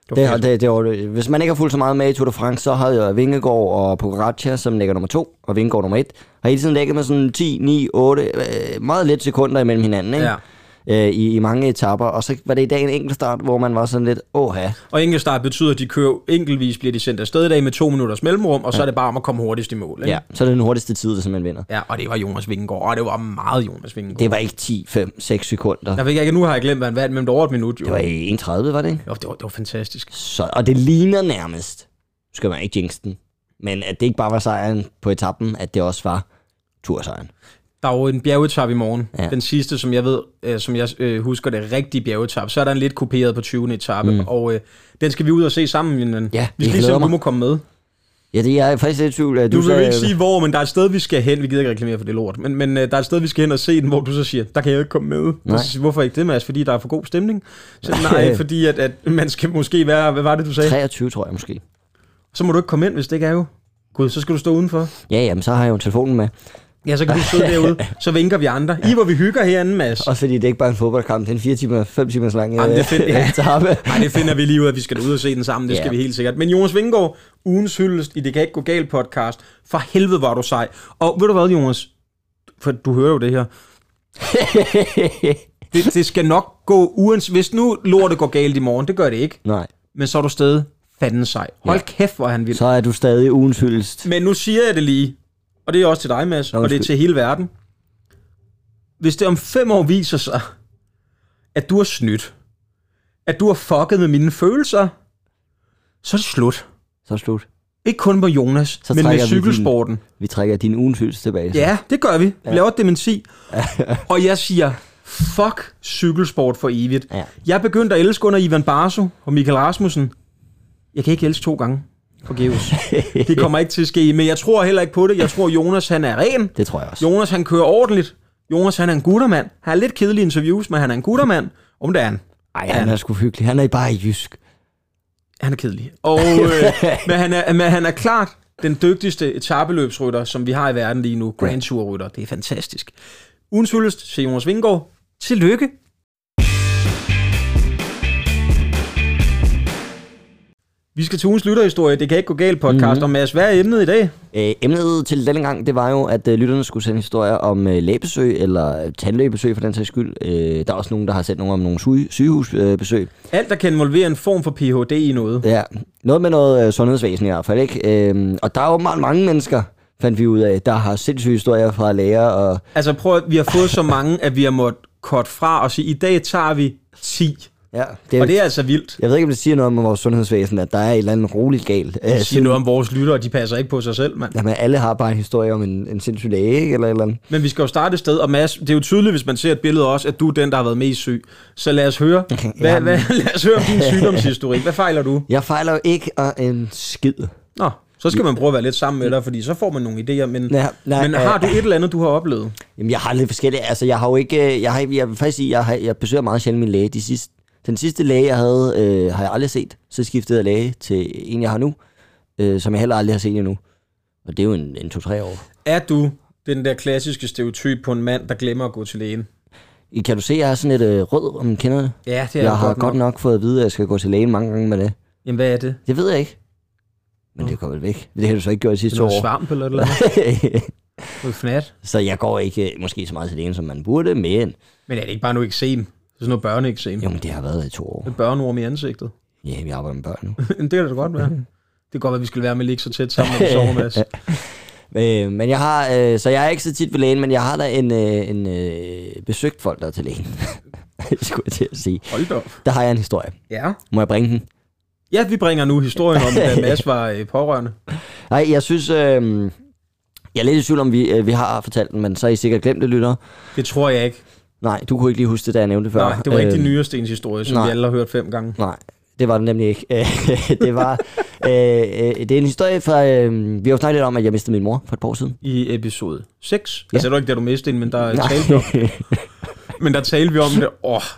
Hvis man ikke har fulgt så meget med i Tour de France, så har jeg Vingegaard og Pogačar, som ligger nummer 2, og Vingegaard nummer 1. Har hele tiden ligget med sådan 10, 9, 8, meget lidt sekunder imellem hinanden, ikke? Ja. I mange etapper, og så var det i dag en enkeltstart, hvor man var sådan lidt, Og enkeltstart betyder, at de kører enkeltvis, bliver de sendt afsted i dag med 2 minutters mellemrum, og så er det bare om at komme hurtigst i mål. Ikke? Ja, så er det den hurtigste tid, der simpelthen vinder. Ja, og det var Jonas Vingegaard, og det var meget Jonas Vingegaard. Det var ikke 10, 5, 6 sekunder. Jeg ved ikke, nu har jeg glemt, hvad han vandt, men det var over et minut. Jo. Det var 31, var det ikke? Jo, det var fantastisk. Så, og det ligner nærmest, skal man ikke jinx den, men at det ikke bare var sejren på etappen, at det også var tursejren. Der er jo en bjergetappe i morgen. Ja. Den sidste, som jeg ved, som jeg husker, det rigtige bjergetappe. Så er der en lidt kopieret på 20. etape, og den skal vi ud og se sammen. Ja, vi skal lige se, om du må komme med. Ja, det er faktisk lidt tvivl. Du vil ikke sige hvor, men der er et sted, vi skal hen. Vi gider ikke reklamere for det lort. Men der er et sted, vi skal hen og se den, hvor du så siger, der kan jeg ikke komme med. Så, hvorfor ikke det, Mads? Fordi der er for god stemning? Så nej, fordi at man skal måske være, hvad var det, du sagde? 23, tror jeg måske. Så må du ikke komme ind, hvis det ikke er jo. Gud, så skal du stå udenfor. Ja, jamen, så har jeg jo telefonen med. Ja, så kan du sidde derude. Så vinker vi andre. I, hvor vi hygger herinde, Mads. Også fordi det er ikke bare en fodboldkamp. Det er en 5 timers lang etape. Nej, det finder vi lige ud af, at vi skal ud og se den sammen. Det skal vi helt sikkert. Men Jonas Vingegaard, ugens hyldest i Det Kan Ikke Gå Galt podcast. For helvede var du sej. Og ved du hvad, Jonas? For du hører jo det her. det skal nok gå hvis nu lortet går galt i morgen. Det gør det ikke. Nej. Men så er du stadig fanden sej. Hold kæft, hvor han vil. Så er du stadig ugens hyldest. Men nu siger jeg det lige. Og det er også til dig, Mads, og det er til hele verden. Hvis det om 5 år viser sig, at du har snydt, at du har fucket med mine følelser, så er det slut. Så er det slut. Ikke kun på Jonas, men med cykelsporten. Vi trækker din ugens hyldest tilbage. Så. Ja, det gør vi. Vi laver et dementi. Og jeg siger, fuck cykelsport for evigt. Ja. Jeg begyndte at elske under Ivan Barso og Michael Rasmussen. Jeg kan ikke elske 2 gange. Forgæves. Det kommer ikke til at ske, men jeg tror heller ikke på det. Jeg tror, Jonas han er ren. Det tror jeg også. Jonas han kører ordentligt. Jonas han er en guttermand. Han har lidt kedelige interviews, men han er en guttermand. Om det er han. Ej, han er sgu hyggelig. Han er bare jysk. Han er kedelig. Og, men han er klart den dygtigste etapeløbsrytter, som vi har i verden lige nu. Grand Tour-rytter. Det er fantastisk. Ugens hyldest til Jonas Vingegaard. Tillykke. Vi skal til ugens lytterhistorie. Det kan ikke gå galt podcast. Og Mads, hvad er emnet i dag? Emnet til denne gang, det var jo, at lytterne skulle sende historier om lægebesøg, eller tandlægebesøg for den sags skyld. Der er også nogen, der har sendt nogle om nogle sygehusbesøg. Alt, der kan involvere en form for Ph.D. i noget. Ja, noget med noget sundhedsvæsen i hvert fald, ikke? Og der er jo mange mennesker, fandt vi ud af, der har sindssyge historier fra læger. Og altså prøv at vi har fået så mange, at vi har måttet korte fra og sige, i dag tager vi 10. Ja, og det er altså vildt. Jeg ved ikke, om det siger noget om vores sundhedsvæsen, at der er et eller andet roligt galt. Det siger noget om vores lyttere, de passer ikke på sig selv, mand. Jamen, alle har bare en historie om en sindssyg læge, ikke? Eller et eller andet. Men vi skal jo starte et sted, og Mads, det er jo tydeligt, hvis man ser et billede også, at du er den, der har været mest syg. Så lad os høre, lad os høre om din sygdomshistorik. Hvad fejler du? Jeg fejler jo ikke en skid. Nå, så skal man prøve at være lidt sammen med dig, fordi så får man nogle idéer. Men har du et eller andet, du har oplevet? Jamen, jeg har lidt forskellige. Altså, jeg har jo ikke... Jeg vil faktisk sige, jeg besøger meget sjældent min læge. Den sidste læge, jeg havde, har jeg aldrig set. Så skiftede jeg læge til en, jeg har nu, som jeg heller aldrig har set endnu. Og det er jo en 2-3 år. Er du den der klassiske stereotyp på en mand, der glemmer at gå til lægen? Kan du se, at jeg har sådan et rød, om man kender det? Ja, det er jeg har godt nok fået at vide, at jeg skal gå til lægen mange gange med det. Jamen, hvad er det? Det ved jeg ikke. Men det går vel væk. Det har du så ikke gjort i sidste år. Det er svamp eller noget? Fnat. Så jeg går ikke måske så meget til lægen, som man burde, men... Men er det ikke bare noget eksem? Det er sådan noget børneeksem. Jo, men det har været i 2 år. Et børneorm i ansigtet. Ja, vi arbejder med børn nu. Det kan da godt være. Det kan godt være, at vi skal være med at ligge så tæt sammen, når vi sover, Mads. Men jeg har... så jeg er ikke så tit ved lægen, men jeg har da en besøgt folk, der er til lægen. Det skulle jeg til at sige. Hold da op. Der har jeg en historie. Ja. Må jeg bringe den? Ja, vi bringer nu historien om, at Mads var pårørende. Nej, jeg synes... jeg er lidt i tvivl om, vi har fortalt den, men så har I sikkert glemt det, lytter. Det tror jeg ikke. Nej, du kunne ikke lige huske det, da jeg nævnte det før. Nej, det var ikke din nyere Stens historie, som vi alle har hørt 5 gange. Nej, det var det nemlig ikke. Det var... det er en historie fra... vi har jo snakket lidt om, at jeg mistede min mor for et par år siden. I episode 6. Ja. Altså, det var ikke der, du mistede den, men der talte vi om det. Men der talte vi om det.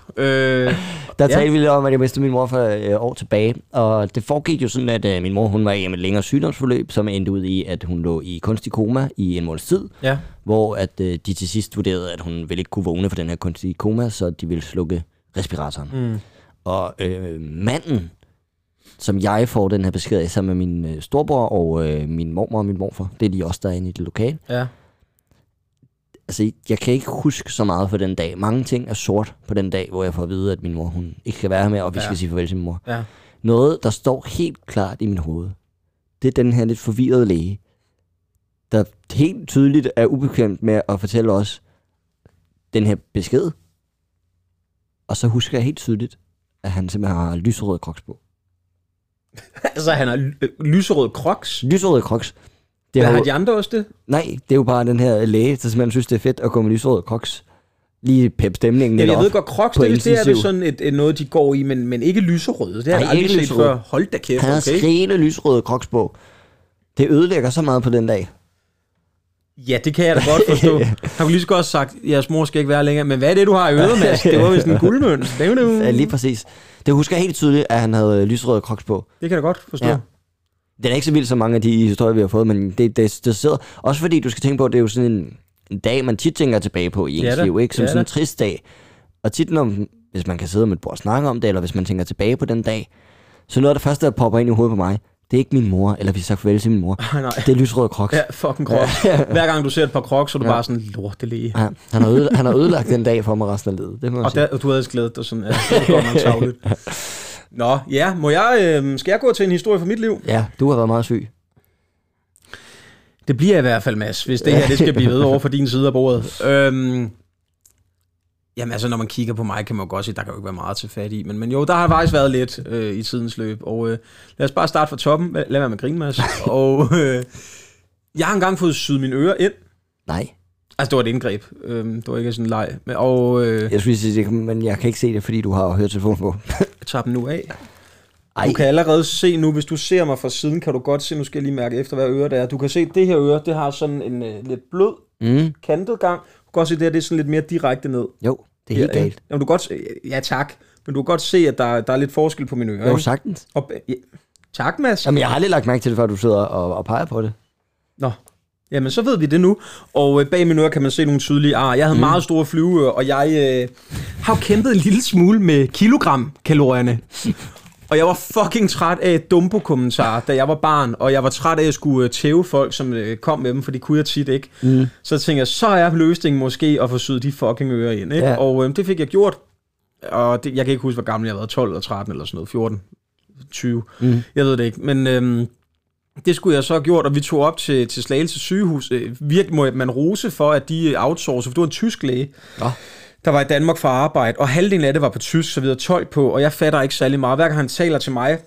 Der talte vi lidt om, at jeg mistede min mor for år tilbage. Og det foregik jo sådan, at min mor hun var i et længere sygdomsforløb, som endte ud i, at hun lå i kunstig koma i en måneds tid. Ja. Hvor at de til sidst vurderede, at hun ville ikke kunne vågne for den her kunstige koma, så de ville slukke respiratoren. Og manden som jeg får den her besked af sammen med min storbror og min mormor og min morfar. Det er de også, der er inde i det lokale. Ja. Altså, jeg kan ikke huske så meget for den dag. Mange ting er sort på den dag, hvor jeg får at vide, at min mor hun ikke kan være med, og vi skal sige farvel til min mor. Ja. Noget, der står helt klart i min hoved, det er den her lidt forvirrede læge, der helt tydeligt er ubekvemt med at fortælle os den her besked. Og så husker jeg helt tydeligt, at han simpelthen har lyserøde crocs på. Altså, han har lyserøde crocs? Lyserøde crocs. Hvad har de andre også det? Nej, det er jo bare den her læge, der simpelthen synes, det er fedt at gå med lyserøde crocs. Lige pep stemningen lidt op. Jeg ved godt, crocs, det er vel sådan noget, de går i, men ikke lyserøde. Det har jeg aldrig set før. Hold da kæft, han har skrigende lyserøde crocs på. Det ødelægger så meget på den dag. Ja, det kan jeg da godt forstå. Han kunne lige så godt sagt, jeres mor skal ikke være længere. Men hvad er det, du har i øret, Mads? Det var vist en guldmønt. Ja, lige præcis. Det husker jeg helt tydeligt, at han havde lyserøde crocs på. Det kan jeg da godt forstå. Ja. Den er ikke så vild som mange af de historier, vi har fået, men det sidder. Også fordi du skal tænke på, at det er jo sådan en dag, man tit tænker tilbage på i ens liv, ikke? Som sådan en trist dag. Og tit, hvis man kan sidde med et bord og snakke om det, eller hvis man tænker tilbage på den dag, så noget af det første, der popper ind i hovedet på mig, det er ikke min mor, eller vi sagt farvel til min mor. Nej. Det er lysrøde crocs. Ja, fucking crocs. Hver gang du ser et par crocs, så er du bare sådan, lortelæge. Ja, han har ødelagt den dag for mig resten af livet. Det må og du havde glædet dig sådan, ja, det går nok tavligt. Nå, ja, skal jeg gå til en historie fra mit liv? Ja, du har været meget syg. Det bliver i hvert fald, Mads, hvis det her det skal blive ved over for din side af bordet. Jamen altså, når man kigger på mig, kan man jo godt sige, der kan jo ikke være meget til fat i. Men jo, der har faktisk været lidt i tidens løb. Og lad os bare starte fra toppen. Lad være med at grine, Mads. Og jeg har engang fået syet mine ører ind. Nej. Altså, det var et indgreb. Det var ikke sådan en leg. Og, jeg skulle sige det, men jeg kan ikke se det, fordi du har hørt telefonen på. Jeg tager dem nu af. Ej. Du kan allerede se nu, hvis du ser mig fra siden, kan du godt se, nu skal jeg lige mærke efter, hvad øre det er. Du kan se, at det her øre, det har sådan en lidt blød, kantet gang. Du kan godt se, at det her det er sådan lidt mere direkte ned. Jo, det er helt galt. Jamen, du kan godt, ja, tak. Men du kan godt se, at der er lidt forskel på mine ører. Jo, sagtens. Ja, tak, Mads. Jamen, jeg har aldrig lagt mærke til det, før du sidder og peger på det. Nå. Jamen, så ved vi det nu. Og bag mine ører kan man se nogle tydelige ar. Jeg havde meget store flyveører, og jeg har jo kæmpet en lille smule med kilogramkalorierne. Og jeg var fucking træt af dumpo-kommentarer, da jeg var barn, og jeg var træt af at skulle tæve folk, som kom med dem, for det kunne jeg tit ikke. Så tænkte jeg, så er løsningen måske at få syet de fucking ører ind, ikke? Ja. Og det fik jeg gjort, og jeg kan ikke huske, hvor gammel jeg har været, 12 eller 13 eller sådan noget, 14, 20, jeg ved det ikke, men det skulle jeg så have gjort, og vi tog op til Slagelse sygehus. Virkelig må man rose for, at de outsourcer, for det var en tysk læge. Ja. Der var i Danmark for arbejde, og halvdelen af det var på tysk, så vi havde tolk på, og jeg fatter ikke særlig meget. Hver gang han taler til mig,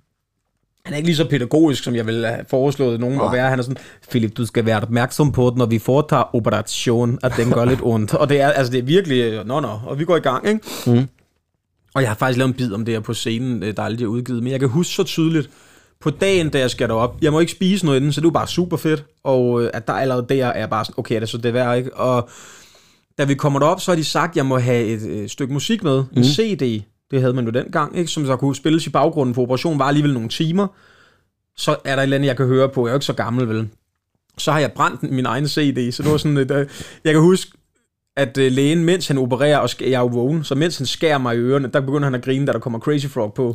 han er ikke lige så pædagogisk, som jeg ville have foreslået nogen at være. Han er sådan, Philip, du skal være opmærksom på det, når vi foretager operation, at den gør lidt ondt. Og det er virkelig, og vi går i gang, ikke? Og jeg har faktisk lavet en bid om det her på scenen, der aldrig er udgivet, men jeg kan huske så tydeligt, på dagen, da jeg skal derop, jeg må ikke spise noget inden, så det var bare super fedt, og at der allerede der er bare sådan, okay, det er så det værd, ikke? Og da vi kommer derop, så har de sagt, at jeg må have et stykke musik med, en CD, det havde man jo dengang, ikke? Som så kunne spilles i baggrunden, for operationen var alligevel nogle timer, så er der et eller andet, jeg kan høre på, jeg er jo ikke så gammel, vel? Så har jeg brændt min egen CD, så det var sådan, jeg kan huske, at lægen, mens han opererer, og jeg er jo vågen, så mens han skærer mig i ørerne, der begynder han at grine, da der kommer Crazy Frog på.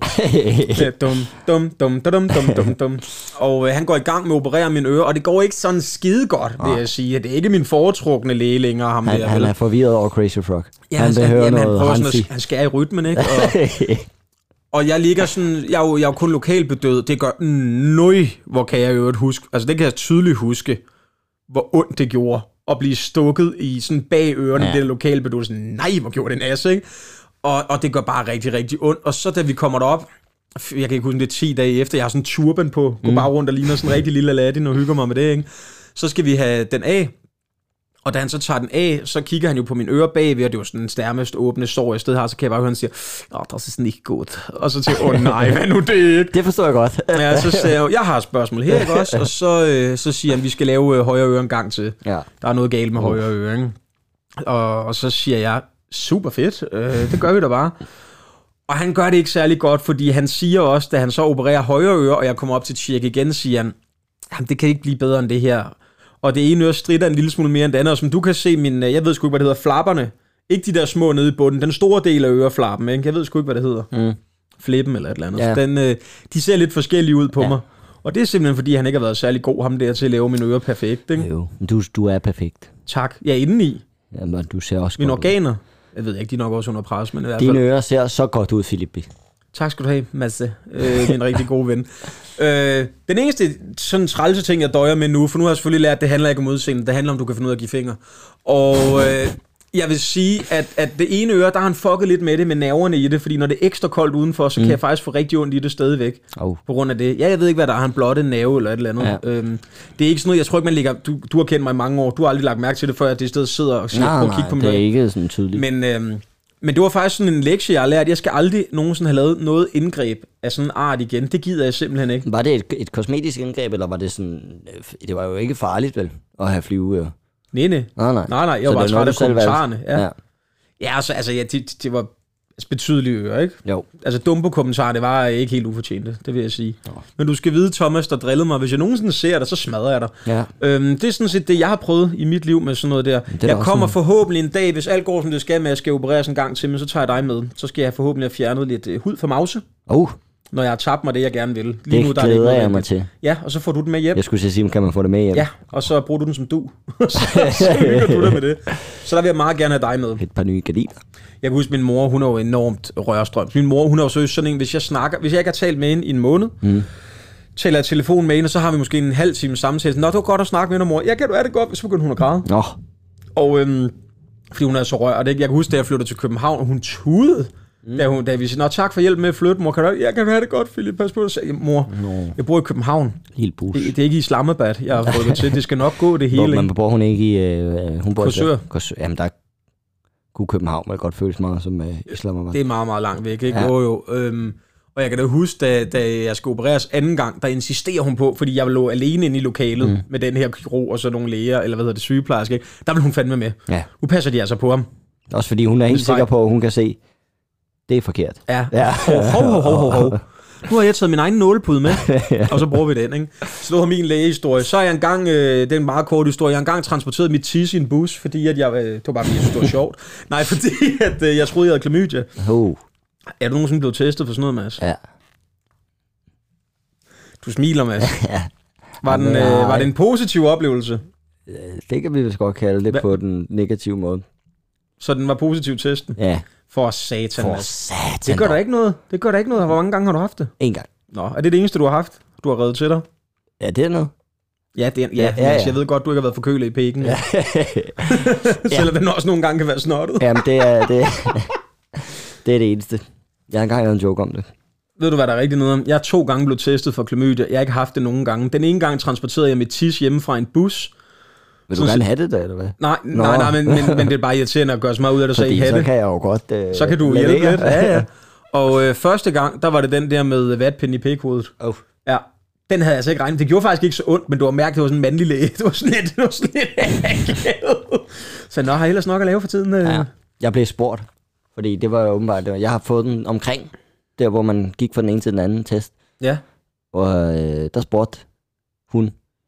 Dum. Og han går i gang med at operere mine ører, og det går ikke sådan skide godt, vil jeg sige. Det er ikke min foretrukne læge længere, ham der. Han er forvirret over Crazy Frog. Ja, han prøver sådan, han skærer i rytmen, ikke? Og jeg ligger sådan, jeg er jo kun lokalbedøvet, det gør hvor kan jeg jo huske, altså det kan jeg tydeligt huske, hvor ondt det gjorde at blive stukket i sådan bag ørerne, det lokale bedøvelse. Sådan, nej, hvor gjorde det en ass, ikke? Og det gør bare rigtig, rigtig ondt. Og så da vi kommer derop, jeg kan ikke huske, det er 10 dage efter, jeg har sådan en turban på, går bare rundt og ligner sådan en rigtig lille Aladdin og hygger mig med det, ikke? Så skal vi have den af, og da han så tager den af, så kigger han jo på min øre bagved, og det var sådan en nærmest åbne sår i stedet her, så kan jeg bare høre, han siger, det er sådan ikke godt. Og så tænker jeg, nej, hvad nu det ikke? Det forstår jeg godt. Ja, så siger jeg har et spørgsmål her, ikke også? Og så siger han, vi skal lave højre øre en gang til. Ja. Der er noget galt med højre øre, ikke? Og så siger jeg, super fedt, det gør vi da bare. Og han gør det ikke særlig godt, fordi han siger også, da han så opererer højre øre, og jeg kommer op til tjek igen, siger han, jamen det kan ikke blive bedre end det her. Og det ene øre stritter en lille smule mere end det andet, og som du kan se, jeg ved sgu ikke, hvad det hedder, flapperne. Ikke de der små nede i bunden, den store del af øreflappen, ikke? Jeg ved sgu ikke, hvad det hedder. flippen eller et eller andet. Ja. Så de ser lidt forskellige ud på mig. Og det er simpelthen, fordi han ikke har været særlig god, ham der, til at lave mine ører perfekt. Ikke? Jo, du er perfekt. Tak. Jeg er indeni. Jamen, du ser også Mine godt organer, jeg ved ikke, de er nok også under pres, men i hvert fald... Dine ører ser så godt ud, Filippi. Tak skal du have, Madse. Min rigtig gode ven. Den eneste sådan trælse ting, jeg døjer med nu, for nu har jeg selvfølgelig lært, at det handler ikke om udseende, det handler om, du kan finde ud af at give fingre. Og jeg vil sige, at det ene øre, der har han fucket lidt med det, med nerverne i det, fordi når det er ekstra koldt udenfor, så kan jeg faktisk få rigtig ondt i det stadigvæk. På grund af det. Ja, jeg ved ikke, hvad der er, han blottet nerve eller et eller andet. Ja. Det er ikke sådan noget, jeg tror ikke, man lægger... Du har kendt mig i mange år, du har aldrig lagt mærke til det, før jeg det sted sidder og prøver at kigge på mig. det er ikke sådan tydeligt. Men det var faktisk sådan en lektie, jeg har lært. Jeg skal aldrig nogensinde have lavet noget indgreb af sådan en art igen. Det gider jeg simpelthen ikke. Var det et kosmetisk indgreb, eller var det sådan... Det var jo ikke farligt, vel, at have flyveører? Nej. Jeg var bare træt af kommentarerne. Ja, altså det var betydelige ører, ikke? Jo. Altså dumme kommentarer, det var ikke helt ufortjente, det vil jeg sige. Jo. Men du skal vide, Thomas, der drillede mig. Hvis jeg nogensinde ser dig, så smadrer jeg dig. Ja. Det er sådan set det, jeg har prøvet i mit liv med sådan noget der. Jeg kommer forhåbentlig en dag, hvis alt går som det skal med, at jeg skal opereres en gang til, men så tager jeg dig med. Så skal jeg forhåbentlig have fjernet lidt hud fra mause. Når jeg har tabt mig det, jeg gerne vil. Lige nu, der glæder er det jeg mig til. Ja, og så får du den med hjem. Jeg skulle sige, kan man få det med hjem? Ja, og så bruger du den som du. så hygger du dig med det. Så der vil jeg meget gerne have dig med. Et par nye gardiner. Jeg kan huske, min mor, hun er jo enormt rørstrøm. Min mor, hun er jo sådan en, hvis jeg ikke har talt med hende i en måned, taler jeg telefon med hende, og så har vi måske en halv time samtale. Nå, det var godt at snakke med hende, mor. Ja, kan du det godt? Så begyndte hun at græde. Nå. Og fordi hun er så rørt. Jeg kan huske, da jeg flyttede til København, og hun tudede. Da vi siger, nå, tak for hjælp med at flytte, mor. Kan du have det godt, Philip? Pas på dig. Mor, jeg bor i København. Helt bus. Det er ikke i Islamabad, jeg har fået det til. Det skal nok gå, det hele. Men bor hun ikke i... hun bor Korsør. Jamen, der kunne København vel godt føles meget som Islamabad. Det er meget, meget langt væk, ikke? Ja. Jo. Og jeg kan da huske, da jeg skulle opereres anden gang, der insisterer hun på, fordi jeg lå alene inde i lokalet med den her kirurg og så nogle læger, eller hvad hedder det, sygeplejerske, ikke? Der vil hun fandme med. Ja. Nu passer de altså på ham. Også fordi hun er helt sikker på, at hun kan se, det er forkert. Ja. Hov. Nu har jeg taget min egen nålepude med, og så bruger vi den, ikke? Så det var min lægehistorie. Så er jeg engang, det er en meget kort historie, jeg har engang transporteret mit tis i en bus, fordi at det var bare fordi, jeg synes, det var sjovt. Nej, fordi at jeg troede, jeg havde klamydia. Er du nogensinde blevet testet for sådan noget, Mads? Ja. Du smiler, Mads. Ja. Var det en positiv oplevelse? Det kan vi vist godt kalde det på den negative måde. Så den var positiv testen? Ja. For satan. Det gør der ikke noget. Hvor mange gange har du haft det? En gang. Nå, er det det eneste, du har haft? Du har reddet til dig? Ja, det er noget. Ja. Jeg ved godt, du ikke har været forkølet i pikken. Ja. Selvom den også nogle gange kan være snottet. Jamen, det er det eneste. Jeg har engang lavet en joke om det. Ved du, hvad der er rigtig noget om? Jeg er 2 gange blevet testet for klamydia. Jeg har ikke haft det nogen gange. Den ene gang transporterede jeg mit tis hjemme fra en bus. Vil du gerne have det da, eller hvad? Nej, men det er bare irriterende at gøre så meget ud af det, så ikke have det. Så kan jeg jo godt så kan du hjælpe lidt. Ja. Og første gang, der var det den der med vatpind i pikhovedet. Ja, den havde jeg altså ikke regnet. Det gjorde faktisk ikke så ondt, men du har mærket, det var sådan en mandlig læge. Det var sådan lidt akavet. Så har jeg ellers nok at lave for tiden. Ja. Jeg blev spurgt, fordi det var jo åbenbart, jeg har fået den omkring, der hvor man gik fra den ene til den anden test. Ja. Og der spurgte hun,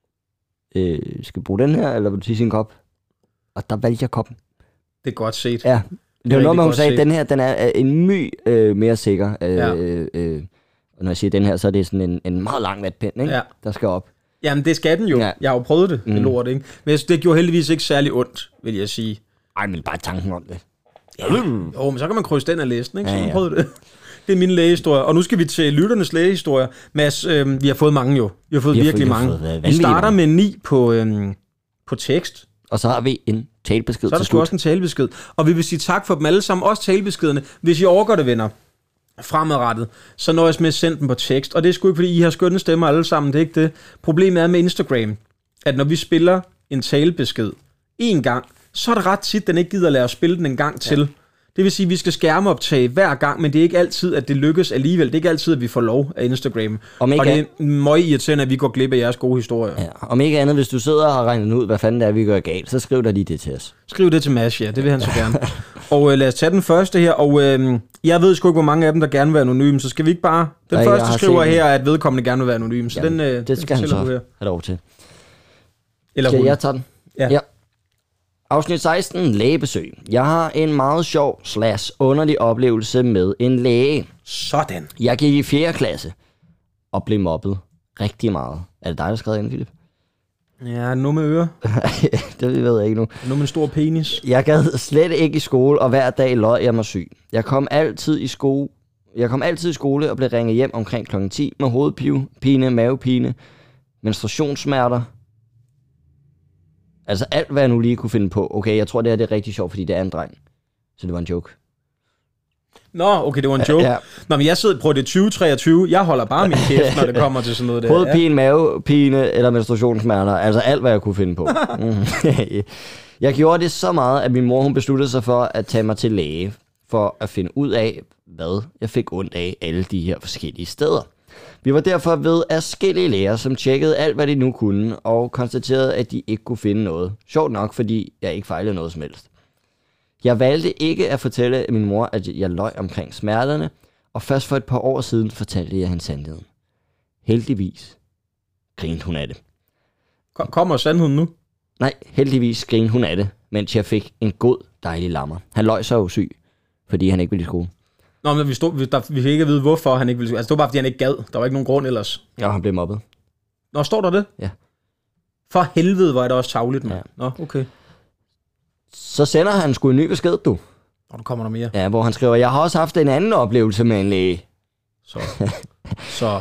skal bruge den her, eller vil du sige sin kop? Og der valgte jeg koppen. Det er godt set. Ja. Det var noget, man sagde, den her, den er en mere sikker. Og når jeg siger den her, så er det sådan en meget lang vatpind, ikke? Ja. Der skal op. Jamen, det skal den jo. Ja. Jeg har jo prøvet det, det lort, ikke? Men jeg synes, det gjorde heldigvis ikke særlig ondt, vil jeg sige. Ej, men bare tanken om det. Ja. Jo, men så kan man krydse den af listen, ikke? Så man prøvede det. Det er min lægehistorie. Og nu skal vi til lytternes lægehistorie. Mads, vi har fået mange jo. Vi har fået virkelig mange. Vi starter med 9 på tekst. Og så har vi en talebesked. Så er der sgu også en talebesked. Og vi vil sige tak for dem alle sammen, også talebeskederne. Hvis I overgår det, venner, fremadrettet, så nøjes med at sende dem på tekst. Og det er sgu ikke, fordi I har skønne stemmer alle sammen. Det er ikke det. Problemet er med Instagram, at når vi spiller en talebesked en gang, så er det ret tit, den ikke gider at lade os spille den en gang til. Det vil sige, at vi skal skærmeoptage hver gang, men det er ikke altid, at det lykkes alligevel. Det er ikke altid, at vi får lov af Instagram. Og det er meget irriterende, at vi går glip af jeres gode historier. Ja, om ikke andet, hvis du sidder og har regnet ud, hvad fanden det er, vi gør galt, så skriv dig lige det til os. Skriv det til Mads, ja. Det vil han så gerne. Og lad os tage den første her. Og jeg ved sgu ikke, hvor mange af dem, der gerne vil være anonyme, så skal vi ikke bare... Den første skriver her, at vedkommende gerne vil være anonym. Så jamen, den det skal han så have lov til. Eller skal jeg tage den? Ja. Afsnit 16, lægebesøg. Jeg har en meget sjov / underlig oplevelse med en læge. Sådan. Jeg gik i 4. klasse og blev mobbet rigtig meget. Er det dig, der skrev ind, Philip? Ja, nu med ører. Det ved jeg ikke nu. Nu med en stor penis. Jeg gad slet ikke i skole, og hver dag løj jeg mig syg. Jeg kom altid i skole og blev ringet hjem omkring kl. 10 med hovedpine, mavepine, menstruationssmerter. Altså alt, hvad jeg nu lige kunne finde på. Okay, jeg tror, det her det er rigtig sjovt, fordi det er en dreng. Så det var en joke. Nå, okay, det var en joke. Ja. Nå, men jeg sidder på det 2023. Jeg holder bare min kæft, når det kommer til sådan noget der. Hovedpine, mavepine eller menstruationssmerter. Altså alt, hvad jeg kunne finde på. Jeg gjorde det så meget, at min mor hun besluttede sig for at tage mig til læge. For at finde ud af, hvad jeg fik ondt af alle de her forskellige steder. Vi var derfor ved adskillige læger, som tjekkede alt, hvad de nu kunne, og konstaterede, at de ikke kunne finde noget. Sjovt nok, fordi jeg ikke fejlede noget som helst. Jeg valgte ikke at fortælle min mor, at jeg løj omkring smerterne, og først for et par år siden fortalte jeg hende sandheden. Heldigvis grinede hun af det. Kommer sandheden nu? Nej, heldigvis grinede hun af det, mens jeg fik en god, dejlig lammer. Han løj så jo syg, fordi han ikke ville i skole. Nå, men vi fik ikke at vide, hvorfor han ikke ville. Altså, det var bare, fordi han ikke gad. Der var ikke nogen grund ellers. Ja, han blev mobbet. Nå, står der det? Ja. For helvede var det også tavligt, mand. Ja. Nå, okay. Så sender han sgu en ny besked, du. Og der kommer der mere. Ja, hvor han skriver, jeg har også haft en anden oplevelse med en læge. Så.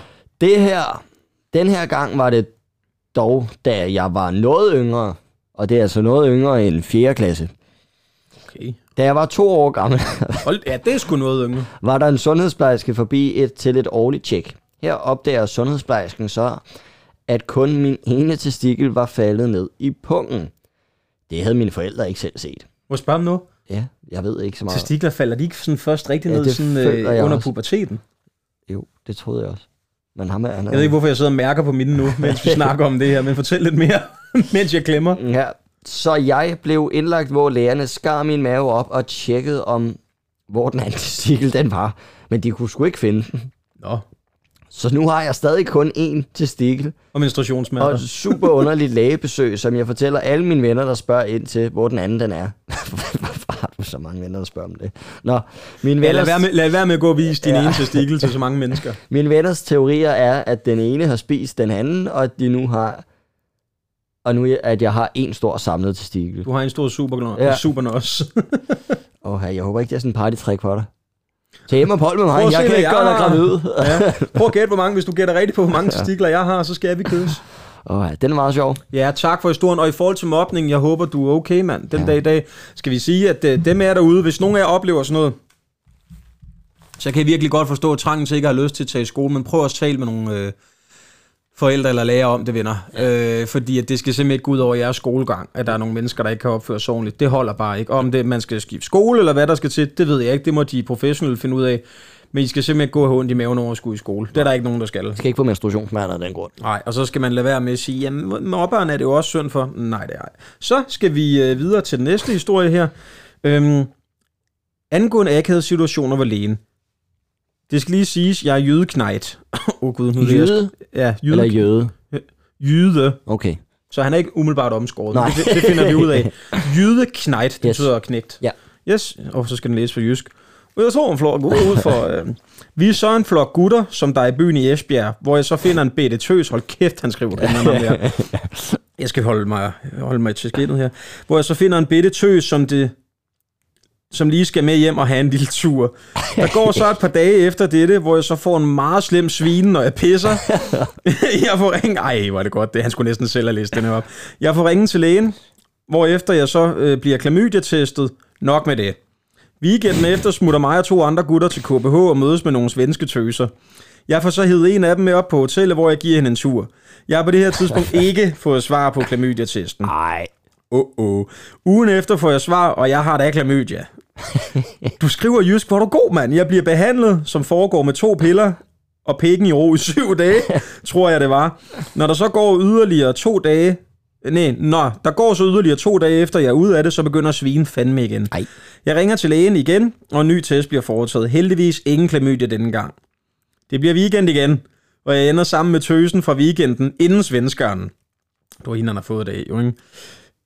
Den her gang var det dog, da jeg var noget yngre. Og det er altså noget yngre end 4. klasse. Okay. Da jeg var 2 år gammel, ja, det er sgu noget yngre. Var der en sundhedsplejerske forbi til et årligt tjek. Her opdager sundhedsplejersken så, at kun min ene testikel var faldet ned i pungen. Det havde mine forældre ikke selv set. Må jeg spørge om noget? Ja, jeg ved ikke så meget. Testikler falder de ikke sådan først rigtig ned sådan, under puberteten? Jo, det troede jeg også. Men han jeg ved ikke, hvorfor jeg sidder og mærker på mine nu, mens vi snakker om det her, men fortæl lidt mere, mens jeg glemmer. Ja, så jeg blev indlagt, hvor lægerne skar min mave op og tjekkede om, hvor den anden testikel den var. Men de kunne sgu ikke finde den. Nå. Så nu har jeg stadig kun én testikel. Og menstruationssmerter. Og super underligt lægebesøg, som jeg fortæller alle mine venner, der spørger ind til, hvor den anden den er. Hvorfor har du så mange venner, der spørger om det? Nå, mine venner... Lad være med at gå og vise din ene testikel til så mange mennesker. Mine venners teorier er, at den ene har spist den anden, og at de nu har... Og nu at jeg har en stor samlet testikel. Du har en stor supernos. Jeg håber ikke, det er sådan en partytrick på dig. Så hjemme og hold med mig, jeg kan ikke gøre dig gravid. Ja. Prøv at gætte, hvor mange, hvis du gætter rigtigt på, hvor mange testikler jeg har, så skal vi kødes. Den er meget sjov. Ja, tak for historien. Og i forhold til mobning, jeg håber, du er okay, mand. Den dag i dag skal vi sige, at dem er derude, hvis nogen af jer oplever sådan noget, så kan jeg virkelig godt forstå trangen til ikke at have lyst til at tage i skole, men prøv også at tale med nogle forældre eller lærer om det, venner. Fordi at det skal simpelthen ikke gå ud over jeres skolegang, at der er nogle mennesker, der ikke kan opføre sig ordentligt. Det holder bare ikke. Om det, man skal skifte skole, eller hvad der skal til, det ved jeg ikke. Det må de professionelle finde ud af. Men I skal simpelthen ikke gå og have ondt i maven over at skulle i skole. Det er der ikke nogen, der skal. Det skal ikke få menstruationssmerter af den grund. Nej, og så skal man lade være med at sige, jamen mobberen er det jo også synd for. Nej, det er ej. Så skal vi videre til den næste historie her. Angående akavede situationer hvor lægen. Det skal lige siges, jeg er jødeknejt. Gud, nu jøde? Ja, jøde. Eller jøde? Jøde. Okay. Så han er ikke umiddelbart omskåret. Det finder vi ud af. Jødeknejt, det betyder knægt. Ja. Yes, og så skal den læse for jysk. Jeg så en flok gutter ud for... Vi er så en flok gutter, som der er i byen i Esbjerg, hvor jeg så finder en bitte tøs. Hold kæft, han skriver den her. Jeg skal holde mig til skidtet her. Hvor jeg så finder en bitte tøs, som lige skal med hjem og have en lille tur. Der går så et par dage efter dette, hvor jeg så får en meget slem svine, når jeg pisser. Jeg får ringe... Ej, hvor er det godt. Han skulle næsten selv have læst den her op. Jeg får ringe til lægen, hvorefter jeg så bliver klamydia-testet. Nok med det. Weekenden efter smutter mig og 2 andre gutter til KBH og mødes med nogle svenske tøser. Jeg får så hivet en af dem med op på hotellet, hvor jeg giver hende en tur. Jeg har på det her tidspunkt ikke fået svar på klamydia-testen. Nej. Ugen efter får jeg svar, og jeg har da klamydia. Du skriver jysk, hvor er du god, mand. Jeg bliver behandlet, som foregår med 2 piller og pikken i ro i 7 dage, tror jeg det var. Når der så går yderligere 2 dage... der går så yderligere 2 dage efter jeg er ude af det, så begynder svinen fandme igen. Ej. Jeg ringer til lægen igen, og en ny test bliver foretaget. Heldigvis ingen klamydia denne gang. Det bliver weekend igen, og jeg ender sammen med tøsen fra weekenden inden svenskeren. Det var hende, han har fået det af, jo ikke?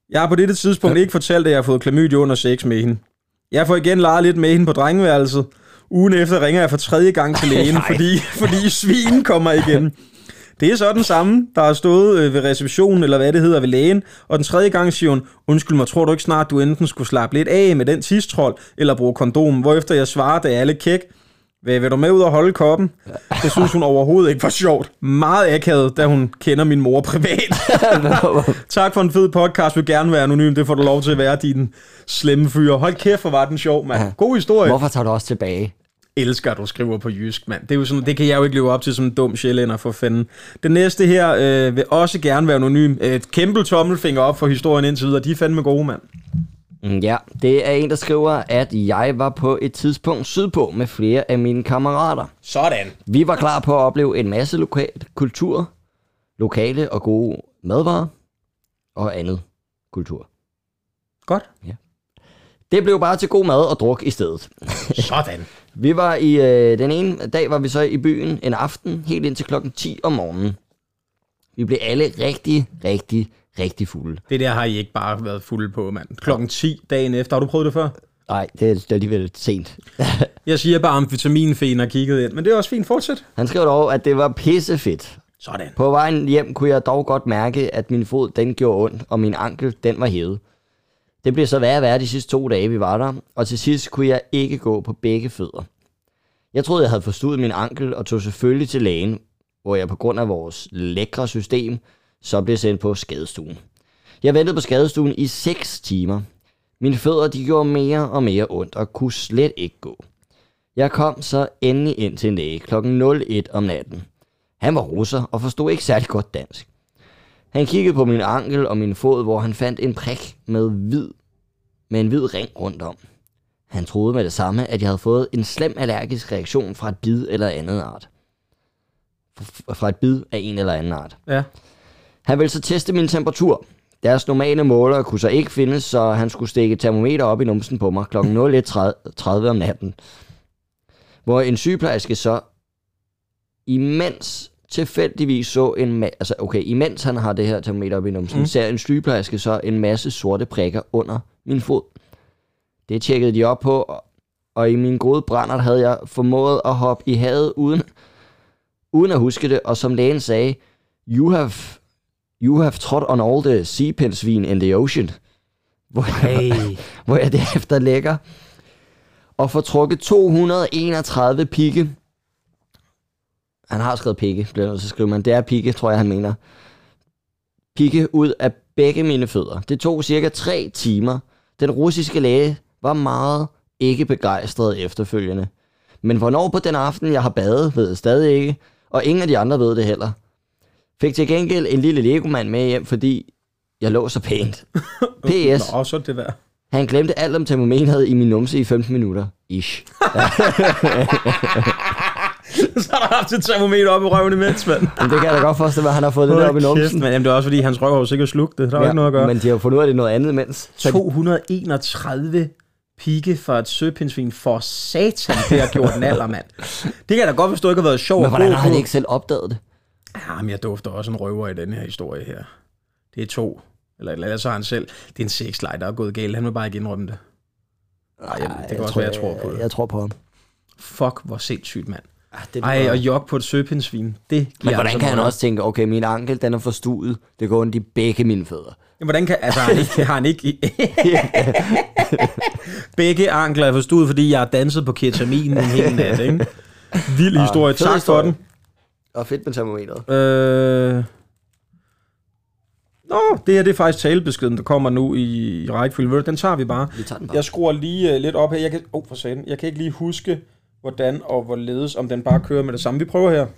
Jeg har på dette tidspunkt ikke fortalt, at jeg har fået klamydia under sex med hende. Jeg får igen leget lidt med hende på drengeværelset. Ugen efter ringer jeg for 3. gang til lægen, fordi svinen kommer igen. Det er så den samme, der har stået ved receptionen, eller hvad det hedder, ved lægen. Og den 3. gang siger hun, undskyld mig, tror du ikke snart, du enten skulle slappe lidt af med den tidstrold, eller bruge kondom? Hvorefter jeg svarer, da jeg er lidt kæk. Vil du med ud og holde koppen? Det synes hun overhovedet ikke var sjovt. Meget akavet, da hun kender min mor privat. Tak for en fed podcast, vil gerne være anonym. Det får du lov til at være, din slemme fyr. Hold kæft, hvor var den sjov, mand. God historie. Hvorfor tager du også tilbage? Elsker, at du skriver på jysk, mand. Det er jo sådan, det kan jeg jo ikke leve op til som en dum sjællænder for fanden. Den næste her vil også gerne være anonym. Et kæmpe tommelfinger op for historien indtil videre. De er fandme gode, mand. Ja, det er en, der skriver, at jeg var på et tidspunkt sydpå med flere af mine kammerater. Sådan. Vi var klar på at opleve en masse lokal kultur, lokale og gode madvarer og andet kultur. Godt. Ja. Det blev bare til god mad og druk i stedet. Sådan. Vi var den ene dag var vi så i byen en aften, helt indtil klokken 10 om morgenen. Vi blev alle rigtig fulde. Det der har I ikke bare været fulde på, mand. Klokken 10 dagen efter. Har du prøvet det før? Nej, det er alligevel lidt sent. Jeg siger bare, amfetaminfen har kigget ind, men det er også fint. Fortsæt. Han skrev dog, at det var pissefedt. Sådan. På vejen hjem kunne jeg dog godt mærke, at min fod den gjorde ondt, og min ankel den var hævet. Det blev så værre og værre de sidste 2 dage, vi var der, og til sidst kunne jeg ikke gå på begge fødder. Jeg troede, jeg havde forstået min ankel og tog selvfølgelig til lægen, hvor jeg på grund af vores lækre system, så blev sendt på skadestuen. Jeg ventede på skadestuen i 6 timer. Mine fødder de gjorde mere og mere ondt og kunne slet ikke gå. Jeg kom så endelig ind til en læge klokken 01 om natten. Han var russer og forstod ikke særlig godt dansk. Han kiggede på min ankel og min fod, hvor han fandt en prik med en hvid ring rundt om. Han troede med det samme, at jeg havde fået en slem allergisk reaktion fra et bid eller andet art. Fra et bid af en eller anden art. Ja. Han ville så teste min temperatur. Deres normale måler kunne så ikke findes, så han skulle stikke termometer op i numsen på mig kl. 01.30 om natten. Hvor en sygeplejerske så imens tilfældigvis så imens han har det her termometer op i numsen, ser en sygeplejerske så en masse sorte prikker under min fod. Det tjekkede de op på, og i min gode brændert havde jeg formået at hoppe i havet uden at huske det, og som lægen sagde, you have trod on all the sea pindsvin in the ocean. Hvor jeg derefter lægger og får trukket 231 pigge. Han har skrevet pigge, bliver nødt til at skrive, men det er pigge, tror jeg, han mener. Pigge ud af begge mine fødder. Det tog cirka 3 timer. Den russiske læge var meget ikke begejstret efterfølgende. Men hvornår på den aften, jeg har badet, ved jeg stadig ikke, og ingen af de andre ved det heller. Fik til gengæld en lille legomand med hjem, fordi jeg lå så pænt. P.S. Nå, så det værd. Han glemte alt om termometeret i min numse i 15 minutter. Ish. Så har der haft et termometer op i røven imens, mand. Men det kan jeg da godt forestille mig, at han har fået det der op i numsen. Men det er også fordi, hans røv har jo sikkert slugt det. Der er ikke noget at gøre. Men de har fundet ud af det noget andet imens. 231 pigge for et søpindsvin for satan, det har gjort en alder, mand. Det kan jeg da godt forstå, ikke har været sjovt. Men hvordan har han ikke selv opdaget det? Jamen, jeg dufter også en røver i den her historie her. Det er 2. Eller så har han selv. Det er en sexleg, der er gået galt. Han vil bare ikke indrømme det. Det kan også være, jeg tror på det. Jeg tror på ham. Fuck, hvor sindssygt, mand. Og jog på et søpindsvin. Det men hvordan kan han også tænke, okay, min ankel, den er forstuet. Det går ondt i begge mine fødder. Jamen, hvordan kan... Altså, har han ikke... Begge ankler er forstuet, fordi jeg har danset på ketamin en hel nat, ikke? Vild historie. Tak for den. Og fedt med termometeret. Det her det er faktisk talebeskeden, der kommer nu i rækkefølge. Den tager vi bare. Jeg skruer lige lidt op her. Jeg kan ikke lige huske, hvordan og hvorledes, om den bare kører med det samme. Vi prøver her.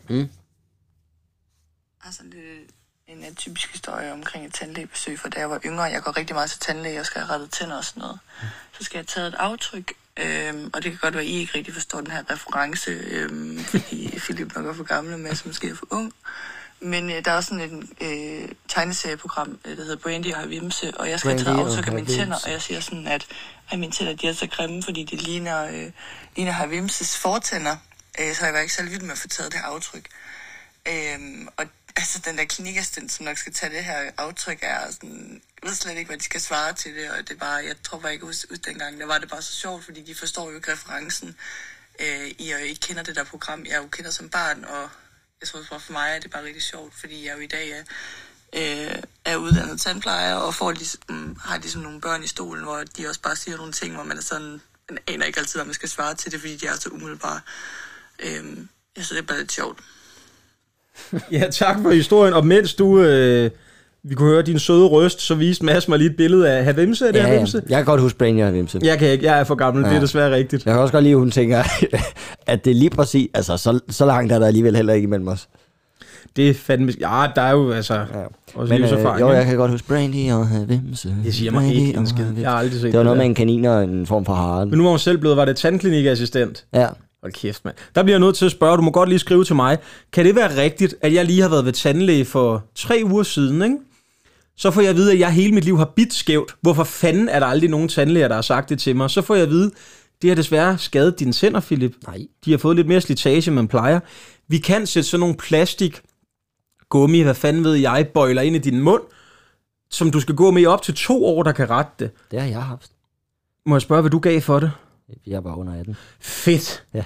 Altså, det er en typisk historie omkring et tandlægebesøg, for da jeg var yngre, jeg går rigtig meget til tandlæge, og skal have rettet tænder og sådan noget. Så skal jeg tage et aftryk, og det kan godt være, at I ikke rigtig forstår den her reference, fordi Philip nok er for gammel, og Mads måske er for ung. Men der er også sådan et tegneserieprogram, der hedder Brandy og Vimse, og jeg skal have taget aftryk af mine tænder, og jeg siger sådan, at mine tænder de er så grimme, fordi det ligner Harry Vimses fortænder, så jeg var ikke så vild med at få taget det her aftryk. Og altså den der klinikassistent, som nok skal tage det her aftryk, er sådan, jeg ved slet ikke, hvad de skal svare til det, og det er bare, jeg tror bare ikke ud dengang, der var det bare så sjovt, fordi de forstår jo ikke referencen i, og ikke kender det der program, jeg jo kender som barn, og jeg tror bare for mig er det bare rigtig sjovt, fordi jeg jo i dag er uddannet tandplejer, og har ligesom nogle børn i stolen, hvor de også bare siger nogle ting, hvor man er sådan, man aner ikke altid, hvad man skal svare til det, fordi de er så umiddelbare. Jeg synes, det er bare lidt sjovt. Ja, tak for historien. Og mens du, vi kunne høre din søde røst, så viste Mads mig lige et billede af Havimse. Er det Havimse? Jeg kan godt huske Brainy og Havimse. Jeg kan ikke, jeg er for gammel, det er desværre rigtigt. Jeg kan også godt lide, at hun tænker, at det er lige præcis, altså så langt er der alligevel heller ikke imellem os. Det er fandme, ja, der er jo altså også livserfaring. Jo, jeg kan godt huske Brainy og Havimse. Det siger mig ikke en skid. Jeg har aldrig set det var noget med en kanin og en form for hare. Men nu var hun selv blevet, var det tandklinikassistent? Ja. Hold kæft, mand. Der bliver jeg nødt til at spørge, du må godt lige skrive til mig. Kan det være rigtigt, at jeg lige har været ved tandlæge for 3 uger siden, ikke? Så får jeg at vide, at jeg hele mit liv har bidt skævt. Hvorfor fanden er der aldrig nogen tandlæger, der har sagt det til mig? Så får jeg at vide, det har desværre skadet dine tænder, Philip. Nej. De har fået lidt mere slitage, end man plejer. Vi kan sætte sådan nogle plastik, gummi, hvad fanden ved jeg, bøjler ind i din mund, som du skal gå med i op til 2 år, der kan rette det. Det har jeg haft. Må jeg spørge, hvad du gav for det? Jeg var under 18. Fedt. Ja.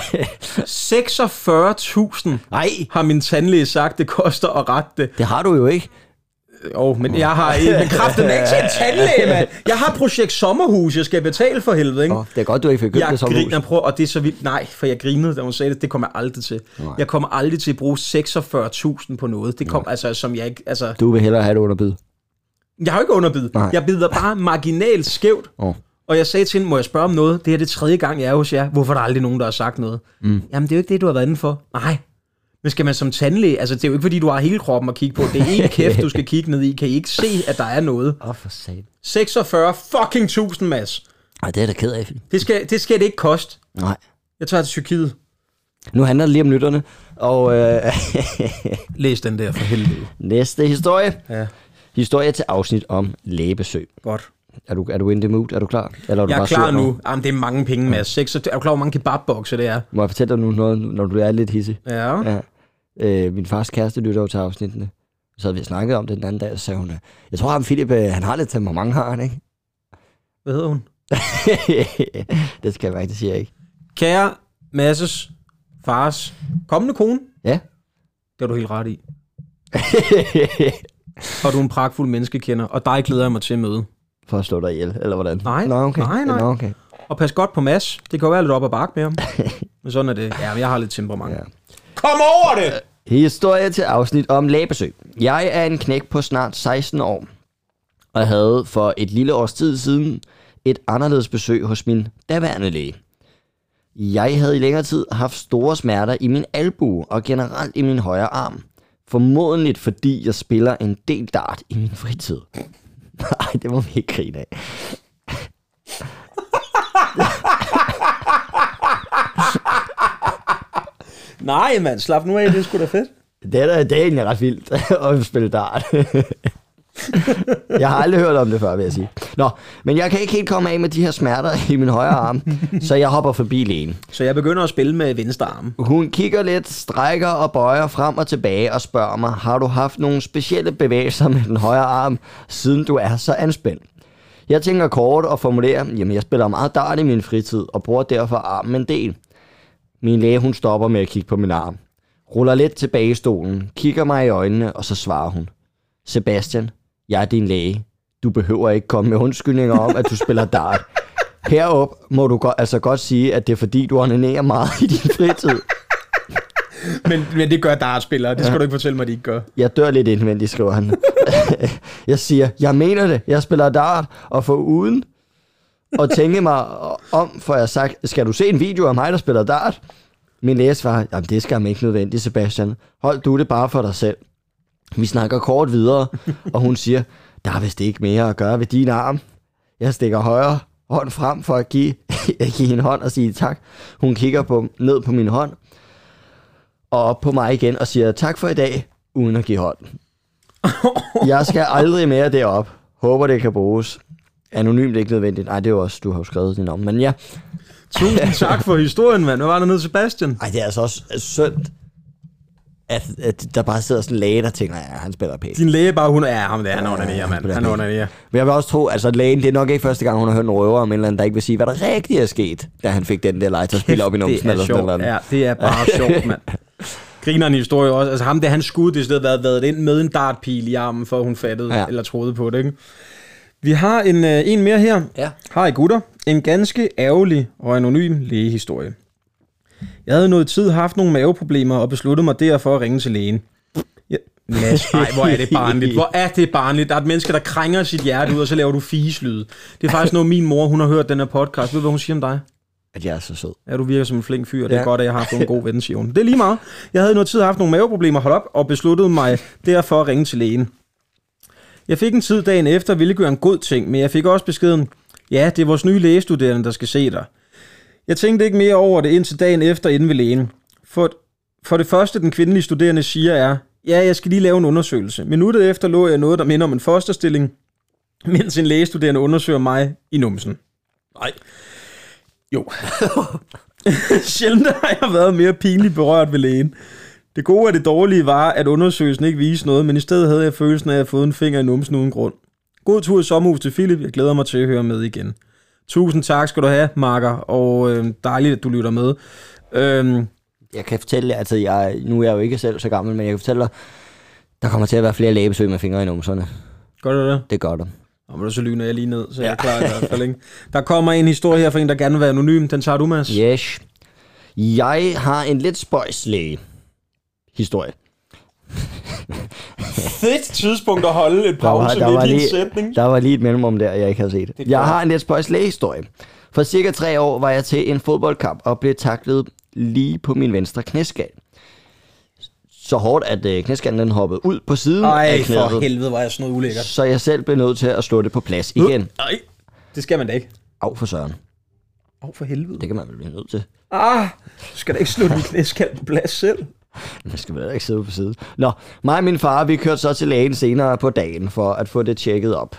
46.000 har min tandlæge sagt, det koster at rette det. Det har du jo ikke. Men jeg har en kraften ikke til en tandlæge, mand. Jeg har projekt sommerhus, jeg skal betale for helvede, ikke? Det er godt, du ikke fik købt det sommerhus. Jeg griner, og det er så vildt. Nej, for jeg grinede, da hun sagde det. Det kommer jeg aldrig til. Nej. Jeg kommer aldrig til at bruge 46.000 på noget. Det kommer altså, som jeg ikke... Altså... Du vil hellere have et underbid. Jeg har jo ikke underbid. Nej. Jeg bider bare marginalt skævt. Og jeg sagde til hende, må jeg spørge om noget? Det er det 3. gang, jeg er hos jer. Hvorfor er der aldrig nogen, der har sagt noget? Jamen, det er jo ikke det, du har været inde for. Nej. Men skal man som tandlæge, altså det er jo ikke fordi, du har hele kroppen at kigge på. Det er en kæft, du skal kigge ned i. Kan I ikke se, at der er noget? For satan. 46.000, Mads. Ej, det er da ked af. Det skal det ikke koste. Nej. Jeg tager til Tyrkiet. Nu handler det lige om lytterne. Og læs den der for helvede. Næste historie. Ja. Historie til afsnit om lægebesøg. Godt. Er du in the mood? Er du klar? Eller er du jeg er bare klar nu. Jamen, det er mange penge, Mads. Er du klar, hvor mange kebabbokser det er? Må jeg fortælle dig nu noget, når du er lidt hissig? Ja. Min fars kæreste lytter jo til afsnittene. Så havde vi snakket om det den anden dag, og så sagde hun, jeg tror ham Philip, han har lidt temperament, har han, ikke? Hvad hedder hun? Det skal jeg faktisk sige, ikke. Kære Masses fars kommende kone. Ja. Det er du helt ret i. Og du er en pragtfuld menneskekender, og dig glæder jeg mig til at møde. For at slå dig ihjel, eller hvordan? Nej, okay. Nej. Okay. Og pas godt på Mads. Det kan jo være lidt op ad bakke med ham. Men sådan er det. Ja, jeg har lidt temperament. Ja. Kom over det! Historie til afsnit om lægebesøg. Jeg er en knægt på snart 16 år, og havde for et lille års tid siden et anderledes besøg hos min daværende læge. Jeg havde i længere tid haft store smerter i min albue og generelt i min højre arm. Formodentligt fordi jeg spiller en del dart i min fritid. Nej, det må vi ikke grine af. Nej, mand, slap nu af, det er sgu da fedt. Det er egentlig ret vildt at spille dart. Jeg har aldrig hørt om det før, vil jeg sige. Nå, men jeg kan ikke helt komme af med de her smerter i min højre arm, så jeg hopper forbi lægen. Så jeg begynder at spille med venstre arm. Hun kigger lidt, strækker og bøjer frem og tilbage og spørger mig, har du haft nogle specielle bevægelser med den højre arm, siden du er så anspændt? Jeg tænker kort og formulerer, jamen jeg spiller meget dart i min fritid og bruger derfor armen en del. Min læge, hun stopper med at kigge på min arm, ruller lidt tilbage i stolen, kigger mig i øjnene, og så svarer hun, Sebastian, jeg er din læge. Du behøver ikke komme med undskyldninger om, at du spiller dart. Herop må du altså godt sige, at det er fordi, du onanerer meget i din fritid. Men det gør dartspillere. Det skal du ikke fortælle mig, de ikke gør. Jeg dør lidt indvendigt, skriver han. Jeg siger, jeg mener det. Jeg spiller dart, og for uden at tænke mig om, for jeg har sagt, skal du se en video af mig, der spiller dart? Min læge svarer, jamen det skal man ikke nødvendigt, Sebastian. Hold du det bare for dig selv. Vi snakker kort videre, og hun siger, der er vist ikke mere at gøre ved din arm. Jeg stikker højre hånd frem for at give en hånd og sige tak. Hun kigger ned på min hånd, og op på mig igen og siger, tak for i dag, uden at give hånd. Jeg skal aldrig mere derop. Håber, det kan bruges. Anonymt ikke nødvendigt. Nej, det er jo også, du har jo skrevet din navn, men ja. Tusind tak for historien, mand. Hvad var der nede, Sebastian? Ej, det er altså også synd. at der bare sidder sådan en læge, der tænker, ja, han spiller pænt. Din læge bare, hun er ham der, han onanerer, mand. Han onanerer. Men jeg vil også tro, altså lægen, det er nok ikke første gang, hun har hørt en røver om en eller anden, der ikke vil sige, hvad der rigtig er sket, da han fik den der legetøjspil op i numsen eller sådan noget. Ja, det er bare sjovt, mand. Griner en historie også. Altså ham, der han skud, det stedet været ind med en dartpil i armen, for hun fattede eller troede på det, ikke? Vi har en mere her. Ja. Hej gutter. En ganske ærgerlig og anonym lægehistorie. Jeg havde noget tid haft nogle maveproblemer og besluttede mig derfor at ringe til lægen. Nej, hvor er det barnligt. Hvor er det barnligt. Der er et menneske, der krænger sit hjerte ud, og så laver du fiseslyd. Det er faktisk noget, min mor, hun har hørt den her podcast. Ved du, hvad hun siger om dig? At jeg er så sød. Ja, du virker som en flink fyr. Det er godt, at jeg har fået en god ven, siger hun. Det er lige meget. Jeg havde noget tid haft nogle maveproblemer, hold op, og besluttede mig derfor at ringe til lægen. Jeg fik en tid dagen efter, ville gøre en god ting, men jeg fik også beskeden, ja, det er vores nye lægestuderende, der skal se dig. Jeg tænkte ikke mere over det indtil dagen efter inde ved lægen. For det første, den kvindelige studerende siger er, ja, jeg skal lige lave en undersøgelse. Minuttet efter lå jeg noget, der minder om en fosterstilling, mens en lægestuderende undersøger mig i numsen. Nej. Jo. Sjældent har jeg været mere pinligt berørt ved lægen. Det gode og det dårlige var, at undersøgelsen ikke viste noget, men i stedet havde jeg følelsen af at have fået en finger i numsen uden grund. God tur i sommerhus til Philip. Jeg glæder mig til at høre med igen. Tusind tak skal du have, Marker, og dejligt, at du lytter med. Jeg kan fortælle jer, altså nu er jeg jo ikke selv så gammel, men jeg kan fortælle dig, der kommer til at være flere lægebesøg med fingre i numserne. Gør du det? Det gør du. Og så lyner jeg lige ned, så jeg er klar i hvert fald, ikke? Der kommer en historie her fra en, der gerne vil være anonym. Den tager du, Mads. Yes. Jeg har en lidt spøjslæge historie. Fedt tidspunkt at holde et pause midt i en sætning. Der var lige et mellemrum der, jeg ikke havde set. Jeg har en lidt spøjslæge historie. For cirka 3 år var jeg til en fodboldkamp og blev taklet lige på min venstre knæskal. Så hårdt, at knæskallen den hoppede ud på siden af knæet. For helvede, var jeg sådan noget ulækkert. Så jeg selv blev nødt til at slå det på plads igen. Nej, det skal man da ikke. Av for søren. Av for helvede. Det kan man vel blive nødt til. Du skal da ikke slå din knæskal på plads selv. Man skal vel ikke sidde på siden. Nå, mig og min far, vi kørte så til lægen senere på dagen for at få det tjekket op.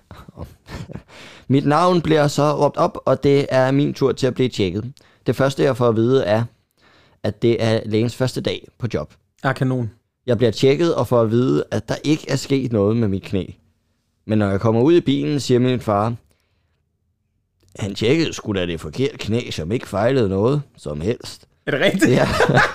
Mit navn bliver så råbt op, og det er min tur til at blive tjekket. Det første, jeg får at vide, er, at det er lægens første dag på job. Kanon. Jeg bliver tjekket og får at vide, at der ikke er sket noget med mit knæ. Men når jeg kommer ud i bilen, siger min far, han tjekkede sgu da det forkerte knæ, som ikke fejlede noget som helst. Er det rigtigt? Ja.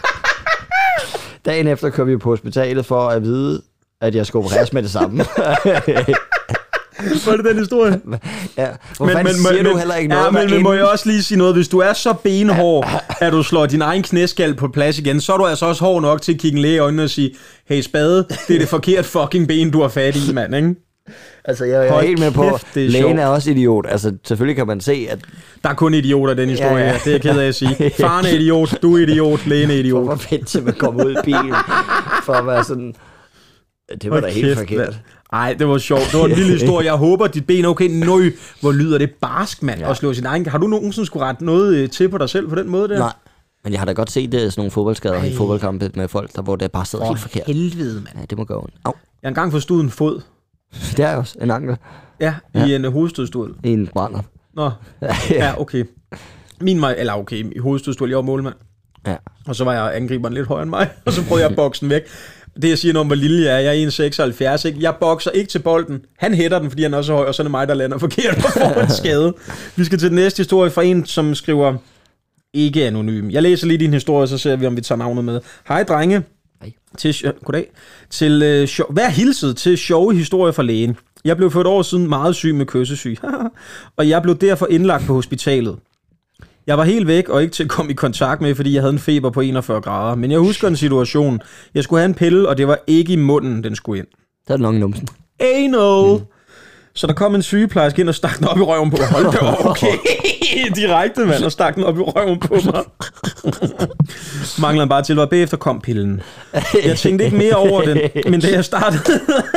Dagen efter kom vi på hospitalet for at vide, at jeg skulle opereres med det samme. Var det den historie? Ja. Men siger du heller ikke noget? Men må jeg også lige sige noget? Hvis du er så benhård, at du slår din egen knæskal på plads igen, så er du altså også hård nok til at kigge en læge i øjnene og sige, hey spade, det er det forkerte fucking ben, du har fat i, mand, ikke? Altså, jeg er helt med på, lægen er også idiot. Altså, selvfølgelig kan man se, at... Der er kun idioter i den historie her. Det er jeg ked af at sige. Faren er idiot, du er idiot, lægen er idiot. For at vente til at komme ud i bilen, for at være sådan... Det var da helt forkert. Nej, det var sjovt. Det var en lille historie. Jeg håber, dit ben er okay. Nøj, hvor lyder det barsk, mand, at slå sin egen... Har du nogensinde skulle rette noget til på dig selv på den måde der? Nej, men jeg har da godt set sådan nogle fodboldskader i fodboldkampe med folk, der, hvor det bare sidder helt forkert. Helvede, mand. Ja, det må gå ondt. Au. Jeg har engang forstået en fod. Det er også en ankel. Ja, i en hovedstødstol. I en brænder. Nå, ja, okay. I hovedstødstol, jeg var målmand. Ja. Og så var jeg angriberen lidt højere end mig, og så prøvede jeg at bokse den væk. Det jeg siger noget om, hvor lille jeg er, jeg er 1,76, ikke? Jeg bokser ikke til bolden. Han hætter den, fordi han er så høj, og så er det mig, der lander forkert og får en skade. Vi skal til den næste historie fra en, som skriver ikke anonym. Jeg læser lige din historie, så ser vi, om vi tager navnet med. Hej drenge. Hej. Goddag. Vær hilset til sjove historier fra lægen. Jeg blev for et år siden meget syg med kyssesyg, og jeg blev derfor indlagt på hospitalet. Jeg var helt væk og ikke til at komme i kontakt med, fordi jeg havde en feber på 41 grader. Men jeg husker en situation. Jeg skulle have en pille, og det var ikke i munden, den skulle ind. Der er nok i numsen. Anal! Så der kom en sygeplejerske ind og stak den op i røven på mig. Hold da op, okay. Direkte, mand, og stak den op i røven på mig. Mangler bare til, hvor bagefter kom pillen. Jeg tænkte ikke mere over den, men da jeg startede...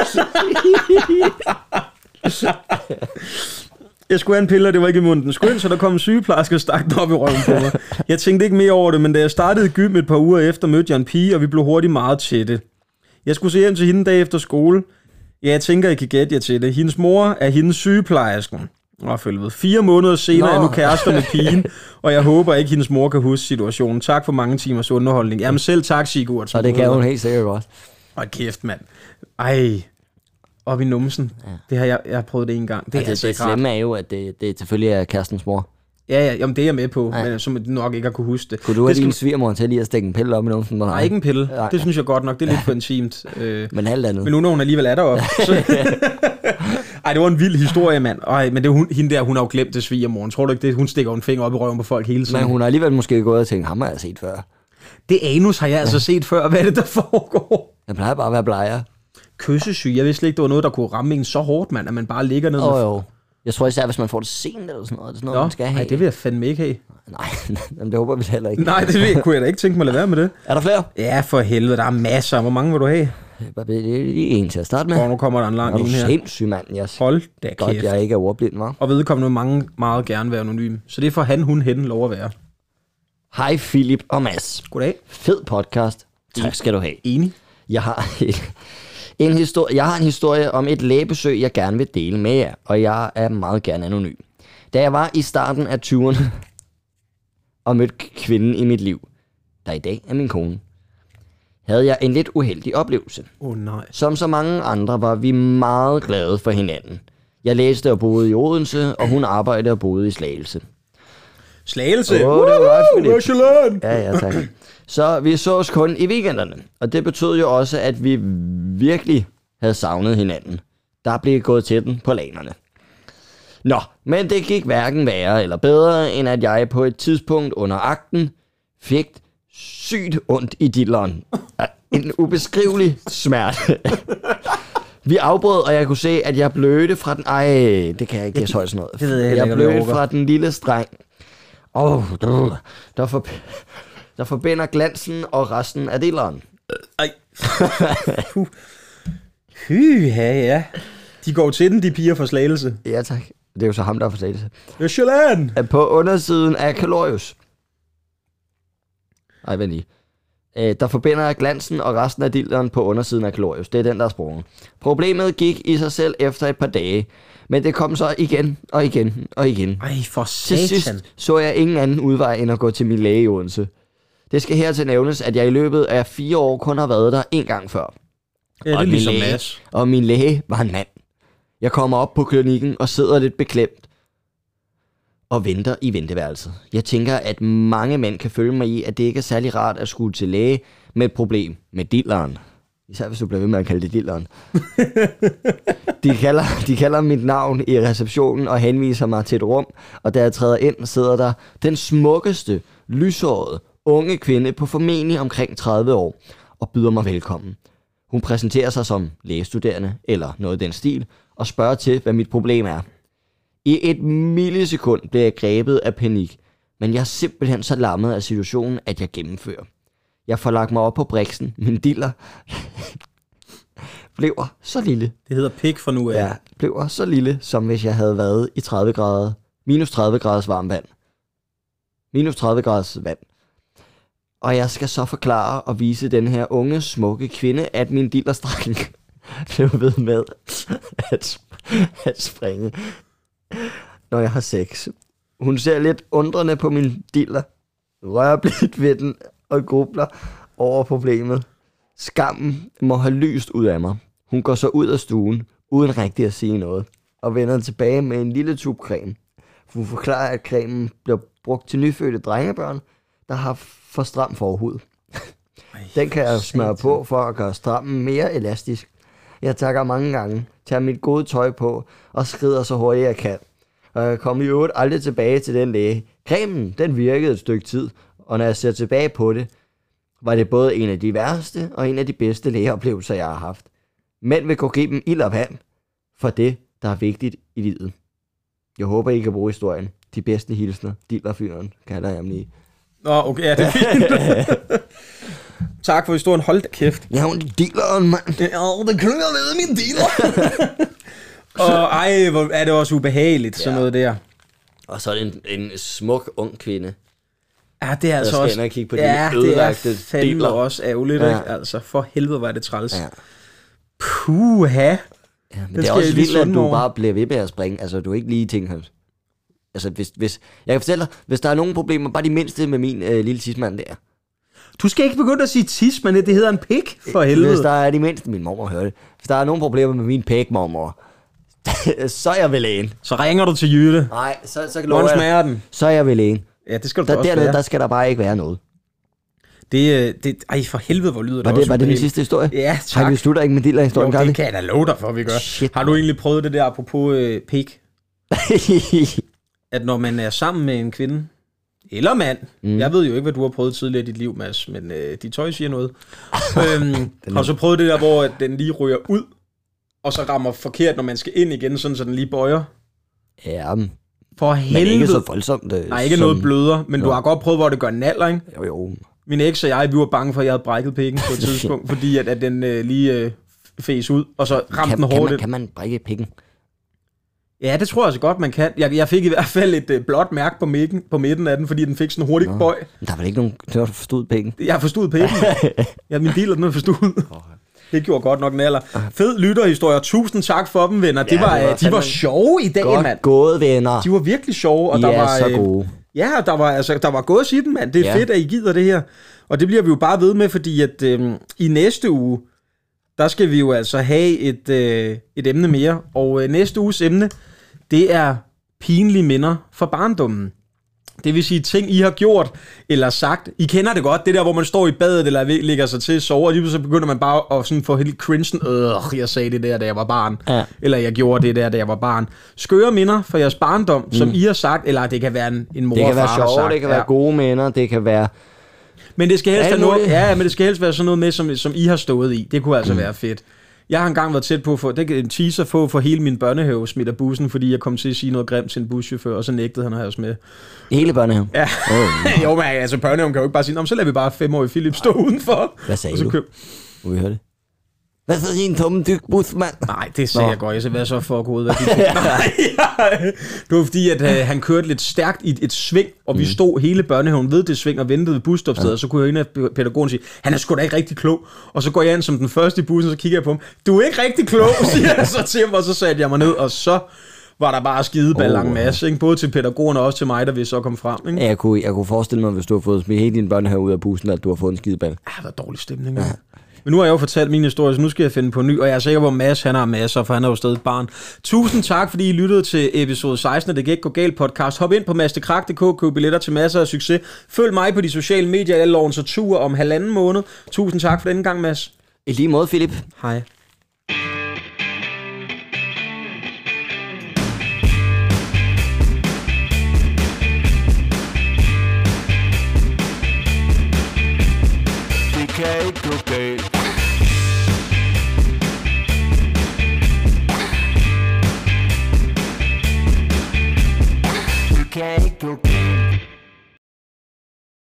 Jeg skulle have en pille, og det var ikke i munden. Den skulle ind, så der kom en sygeplejerske og stak den op i røven på mig. Jeg tænkte ikke mere over det, men da jeg startede gym et par uger efter, mødte jeg en pige, og vi blev hurtigt meget tætte. Jeg skulle se hjem til hende dag efter skole. Ja, jeg tænker, I kan gætte jer til det. Hendes mor er hendes sygeplejersken. For helvede. 4 måneder senere er nu kærester med pigen, og jeg håber ikke, hendes mor kan huske situationen. Tak for mange timers underholdning. Jamen selv tak, Sigurd. Og det kan hun helt sikkert godt. Kæft, mand. Ej, op i numsen. Ja. Det har jeg har prøvet det en gang. Det slemme er jo, at det selvfølgelig er kærestens mor. Ja, jamen det er jeg med på, men som nok ikke har kunne huske det. Kunne du have din svigermor til lige at stikke en pille op i numsen? Nej, ikke en pille. Nej. Det synes jeg godt nok, det er lidt for intimt. Men alt andet. Men nu når hun alligevel er deroppe. Ej, det var en vild historie, mand. Ej, men det er hende der, hun har jo glemt det, svigermoren. Tror du ikke det? Hun stikker en finger op i røven på folk hele tiden. Men hun har alligevel måske gået og tænkt, ham har jeg set før. Det anus har jeg altså set før. Hvad er det, der foregår? Jeg plejer bare at være blejer. Kyssesyg. Jeg vidste ikke, det var noget, der kunne ramme en så hårdt, mand, at man bare ligger ned. Jo. Jeg tror især, hvis man får det sent eller sådan noget. Det er sådan noget, man skal have. Nej, det vil jeg fandme ikke have. Nej, det håber vi heller ikke. Nej, det kunne jeg da ikke tænke mig at lade være med det. Er der flere? Ja, for helvede. Der er masser. Hvor mange vil du have? Det er en til at starte med. Nu kommer der en lang en her. Er du sindssyg, mand? Hold da kæft. Godt, jeg ikke er ordblind, hva'? Og vedkommende mange meget gerne være anonym. Så det er for han, hun, hende lov at være. Hej Philip og Mads. Goddag. Fed podcast. Tak skal du have. Enig. Jeg har en historie om et lægebesøg, jeg gerne vil dele med jer, og jeg er meget gerne anonym. Da jeg var i starten af 20'erne og mødte kvinden i mit liv, der i dag er min kone, havde jeg en lidt uheldig oplevelse. Nej. Som så mange andre var vi meget glade for hinanden. Jeg læste og boede i Odense, og hun arbejdede og boede i Slagelse. Slagelse? Det var Michelin! Ja, tak. Så vi så os kun i weekenderne, og det betød jo også, at vi virkelig havde savnet hinanden. Der blev gået til den på lanerne. Nå, men det gik hverken værre eller bedre, end at jeg på et tidspunkt under akten fik sygt ondt i dilleren. En ubeskrivelig smerte. Vi afbrød, og jeg kunne se, at jeg blødte fra den... Ej, det kan jeg ikke, det er sådan noget. Det ved jeg blødte fra den lille streng. Der forbinder glansen og resten af dilleren. Ej. Ja. De går til den, de piger for Slagelse. Ja, tak. Det er jo så ham, der er for Slagelse. Michelin! På undersiden af Kalorius. Ej, vent lige. Der forbinder glansen og resten af dilleren på undersiden af Kalorius. Det er den, der er sprunget. Problemet gik i sig selv efter et par dage. Men det kom så igen og igen og igen. Ej, for satan. Til sidst så jeg ingen anden udvej end at gå til min læge i Odense. Det skal her til nævnes, at jeg i løbet af 4 år kun har været der en gang før. Ja, det er ligesom Mads. Og min læge var en mand. Jeg kommer op på klinikken og sidder lidt beklemt og venter i venteværelset. Jeg tænker, at mange mænd kan følge mig i, at det ikke er særlig rart at skulle til læge med et problem med dilleren. Især hvis du bliver ved med at kalde det dilleren. De kalder mit navn i receptionen og henviser mig til et rum, og da jeg træder ind, sidder der den smukkeste, lyshårede, unge kvinde på formentlig omkring 30 år og byder mig velkommen. Hun præsenterer sig som lægestuderende eller noget i den stil og spørger til, hvad mit problem er. I et millisekund bliver jeg grebet af panik, men jeg er simpelthen så lammet af situationen, at jeg gennemfører. Jeg får lagt mig op på briksen. Min diller blev så lille. Det hedder pik for nu af. Ja, blev så lille, som hvis jeg havde været i 30 grader, minus 30 graders varmt vand. Minus 30 graders vand. Og jeg skal så forklare og vise den her unge, smukke kvinde, at min dillerstreng blev ved med at springe, når jeg har sex. Hun ser lidt undrende på min diller, rører blidt ved den og grubler over problemet. Skammen må have lyst ud af mig. Hun går så ud af stuen, uden rigtig at sige noget, og vender tilbage med en lille tube creme. Hun forklarer, at cremen bliver brugt til nyfødte drengebørn, der har for stram forhud. Den kan jeg smøre på for at gøre strammen mere elastisk. Jeg takker mange gange, tager mit gode tøj på og skrider så hurtigt jeg kan. Og jeg kommer i øvrigt aldrig tilbage til den læge. Cremen, den virkede et stykke tid, og når jeg ser tilbage på det, var det både en af de værste og en af de bedste lægeoplevelser, jeg har haft. Mænd vil gå give dem ild og vand for det, der er vigtigt i livet. Jeg håber, I kan bruge historien. De bedste hilsner, dillerfyren, kalder jeg ham lige. Okay, ja, det er fint. Tak for historien. Hold da kæft. Jeg har jo dilleren, mand. Det klønger ned min diller. Og ej, hvor er det også ubehageligt, sådan noget der. Og så er det en smuk, ung kvinde. Ja, det er altså også... Kigge på de ødelagte det er fandme også ærgerligt, ikke? Altså, for helvede var det træls. Ja. Puha. Ja, men det er også vildt, at du bare bliver ved med at springe. Altså, du ikke lige tænker... Altså, hvis... Jeg kan fortælle dig, hvis der er nogle problemer, bare de mindste med min lille tidsmand der. Du skal ikke begynde at sige tidsmand, det hedder en pik, for helvede. Hvis der er de mindste... Min mormor hører det. Hvis der er nogle problemer med min pækmormor, så er jeg ved lægen. Så ringer du til Jytte. Nej, så kan Hvordan smager den? Så er jeg ved lægen. Ja, det skal du også være. Der skal der bare ikke være noget. Ej, for helvede, hvor lyder det også. Var det min sidste historie? Ja, tak. Har vi slutter ikke med Diller-historien, Jo, det kan jeg da love dig for, vi gør. Shit, har du egentlig prøvet det der, apropos pik? At når man er sammen med en kvinde, eller mand, jeg ved jo ikke, hvad du har prøvet tidligere i dit liv, Mads, men dit tøj siger noget. Har så prøvet det der, hvor den lige ryger ud, og så rammer forkert, når man skal ind igen, sådan så den lige bøjer? Ja, for helvede. Men ikke så voldsomt. Nej, ikke noget bløder, men du har godt prøvet, hvor det gør naller, ikke? Jo. Min eks og jeg, vi var bange for, at jeg havde brækket pikken på et tidspunkt, fordi at den lige fæs ud, og så ramte den hårdt. Kan man brække pikken? Ja, det tror jeg så godt, man kan. Jeg fik i hvert fald et blåt mærke på midten af den, fordi den fik sådan en hurtig bøj. Der var ikke nogen, der forstod pikken. Jeg har forstået pikken. Ja, min dealer, den har forstået. Det gjorde godt nok naller. Fed lytterhistorier. Tusind tak for dem, venner. De var sjove i dag, godt mand. Gået, venner. De var virkelig sjove. Og I der er var, så gode. Ja, der var gået i den, mand. Det er fedt, at I gider det her. Og det bliver vi jo bare ved med, fordi at i næste uge, der skal vi jo altså have et emne mere. Og næste uges emne, det er pinlige minder fra barndommen. Det vil sige ting, I har gjort eller sagt. I kender det godt, det der, hvor man står i badet eller ligger sig til at sove, og lige så begynder man bare at sådan få helt cringen. Jeg sagde det der, da jeg var barn. Ja. Eller jeg gjorde det der, da jeg var barn. Skøre minder fra jeres barndom, som I har sagt, eller det kan være en mor og far har sagt. Det kan være sjovt, det kan være gode minder, det kan være... Men det skal helst være noget, men det skal helst være sådan noget med, som I har stået i. Det kunne altså være fedt. Jeg har engang været tæt på en teaser for hele min børnehave smidt af bussen, fordi jeg kom til at sige noget grimt til en buschauffør, og så nægtede han at have os med. Hele børnehaven? Ja. Jo, men altså børnehaven kan jo ikke bare sige, så lader vi bare 5-årige Philip stå udenfor. Hvad sagde du? Må vi høre det? Hvad så din tomme dyk bus, mand? Nej, det sagde jeg godt. Jeg sagde, hvad så for at gå ud? Det var fordi, at han kørte lidt stærkt i et sving, og vi stod hele børnehaven ved det sving og ventede ved busstopstedet, og så kunne jeg ind af pædagogen sige, han er sgu da ikke rigtig klog. Og så går jeg ind som den første i bussen, og så kigger jeg på ham. Du er ikke rigtig klog, siger jeg så til ham, og så satte jeg mig ned, og så var der bare skideball masse, ikke? Både til pædagogerne og også til mig, der vi så kom frem. Ikke? Ja, jeg kunne forestille mig, hvis du har fået smidt hele din børnehave ud af bussen, at du har fået en skideball. Ja, det var dårlig stemning. Ja. Men nu har jeg jo fortalt min historie, så nu skal jeg finde på en ny, og jeg er sikker på, at Mads, han har masser, for han er jo stadig et barn. Tusind tak, fordi I lyttede til episode 16 af Det Kan Ikke Gå Galt podcast. Hop ind på mastekrak.dk, køb billetter til masser af succes. Følg mig på de sociale medier, alle lovens og tur om 1,5 måned. Tusind tak for denne gang, Mads. I lige måde, Philip. Hej. Det kan ikke gå galt.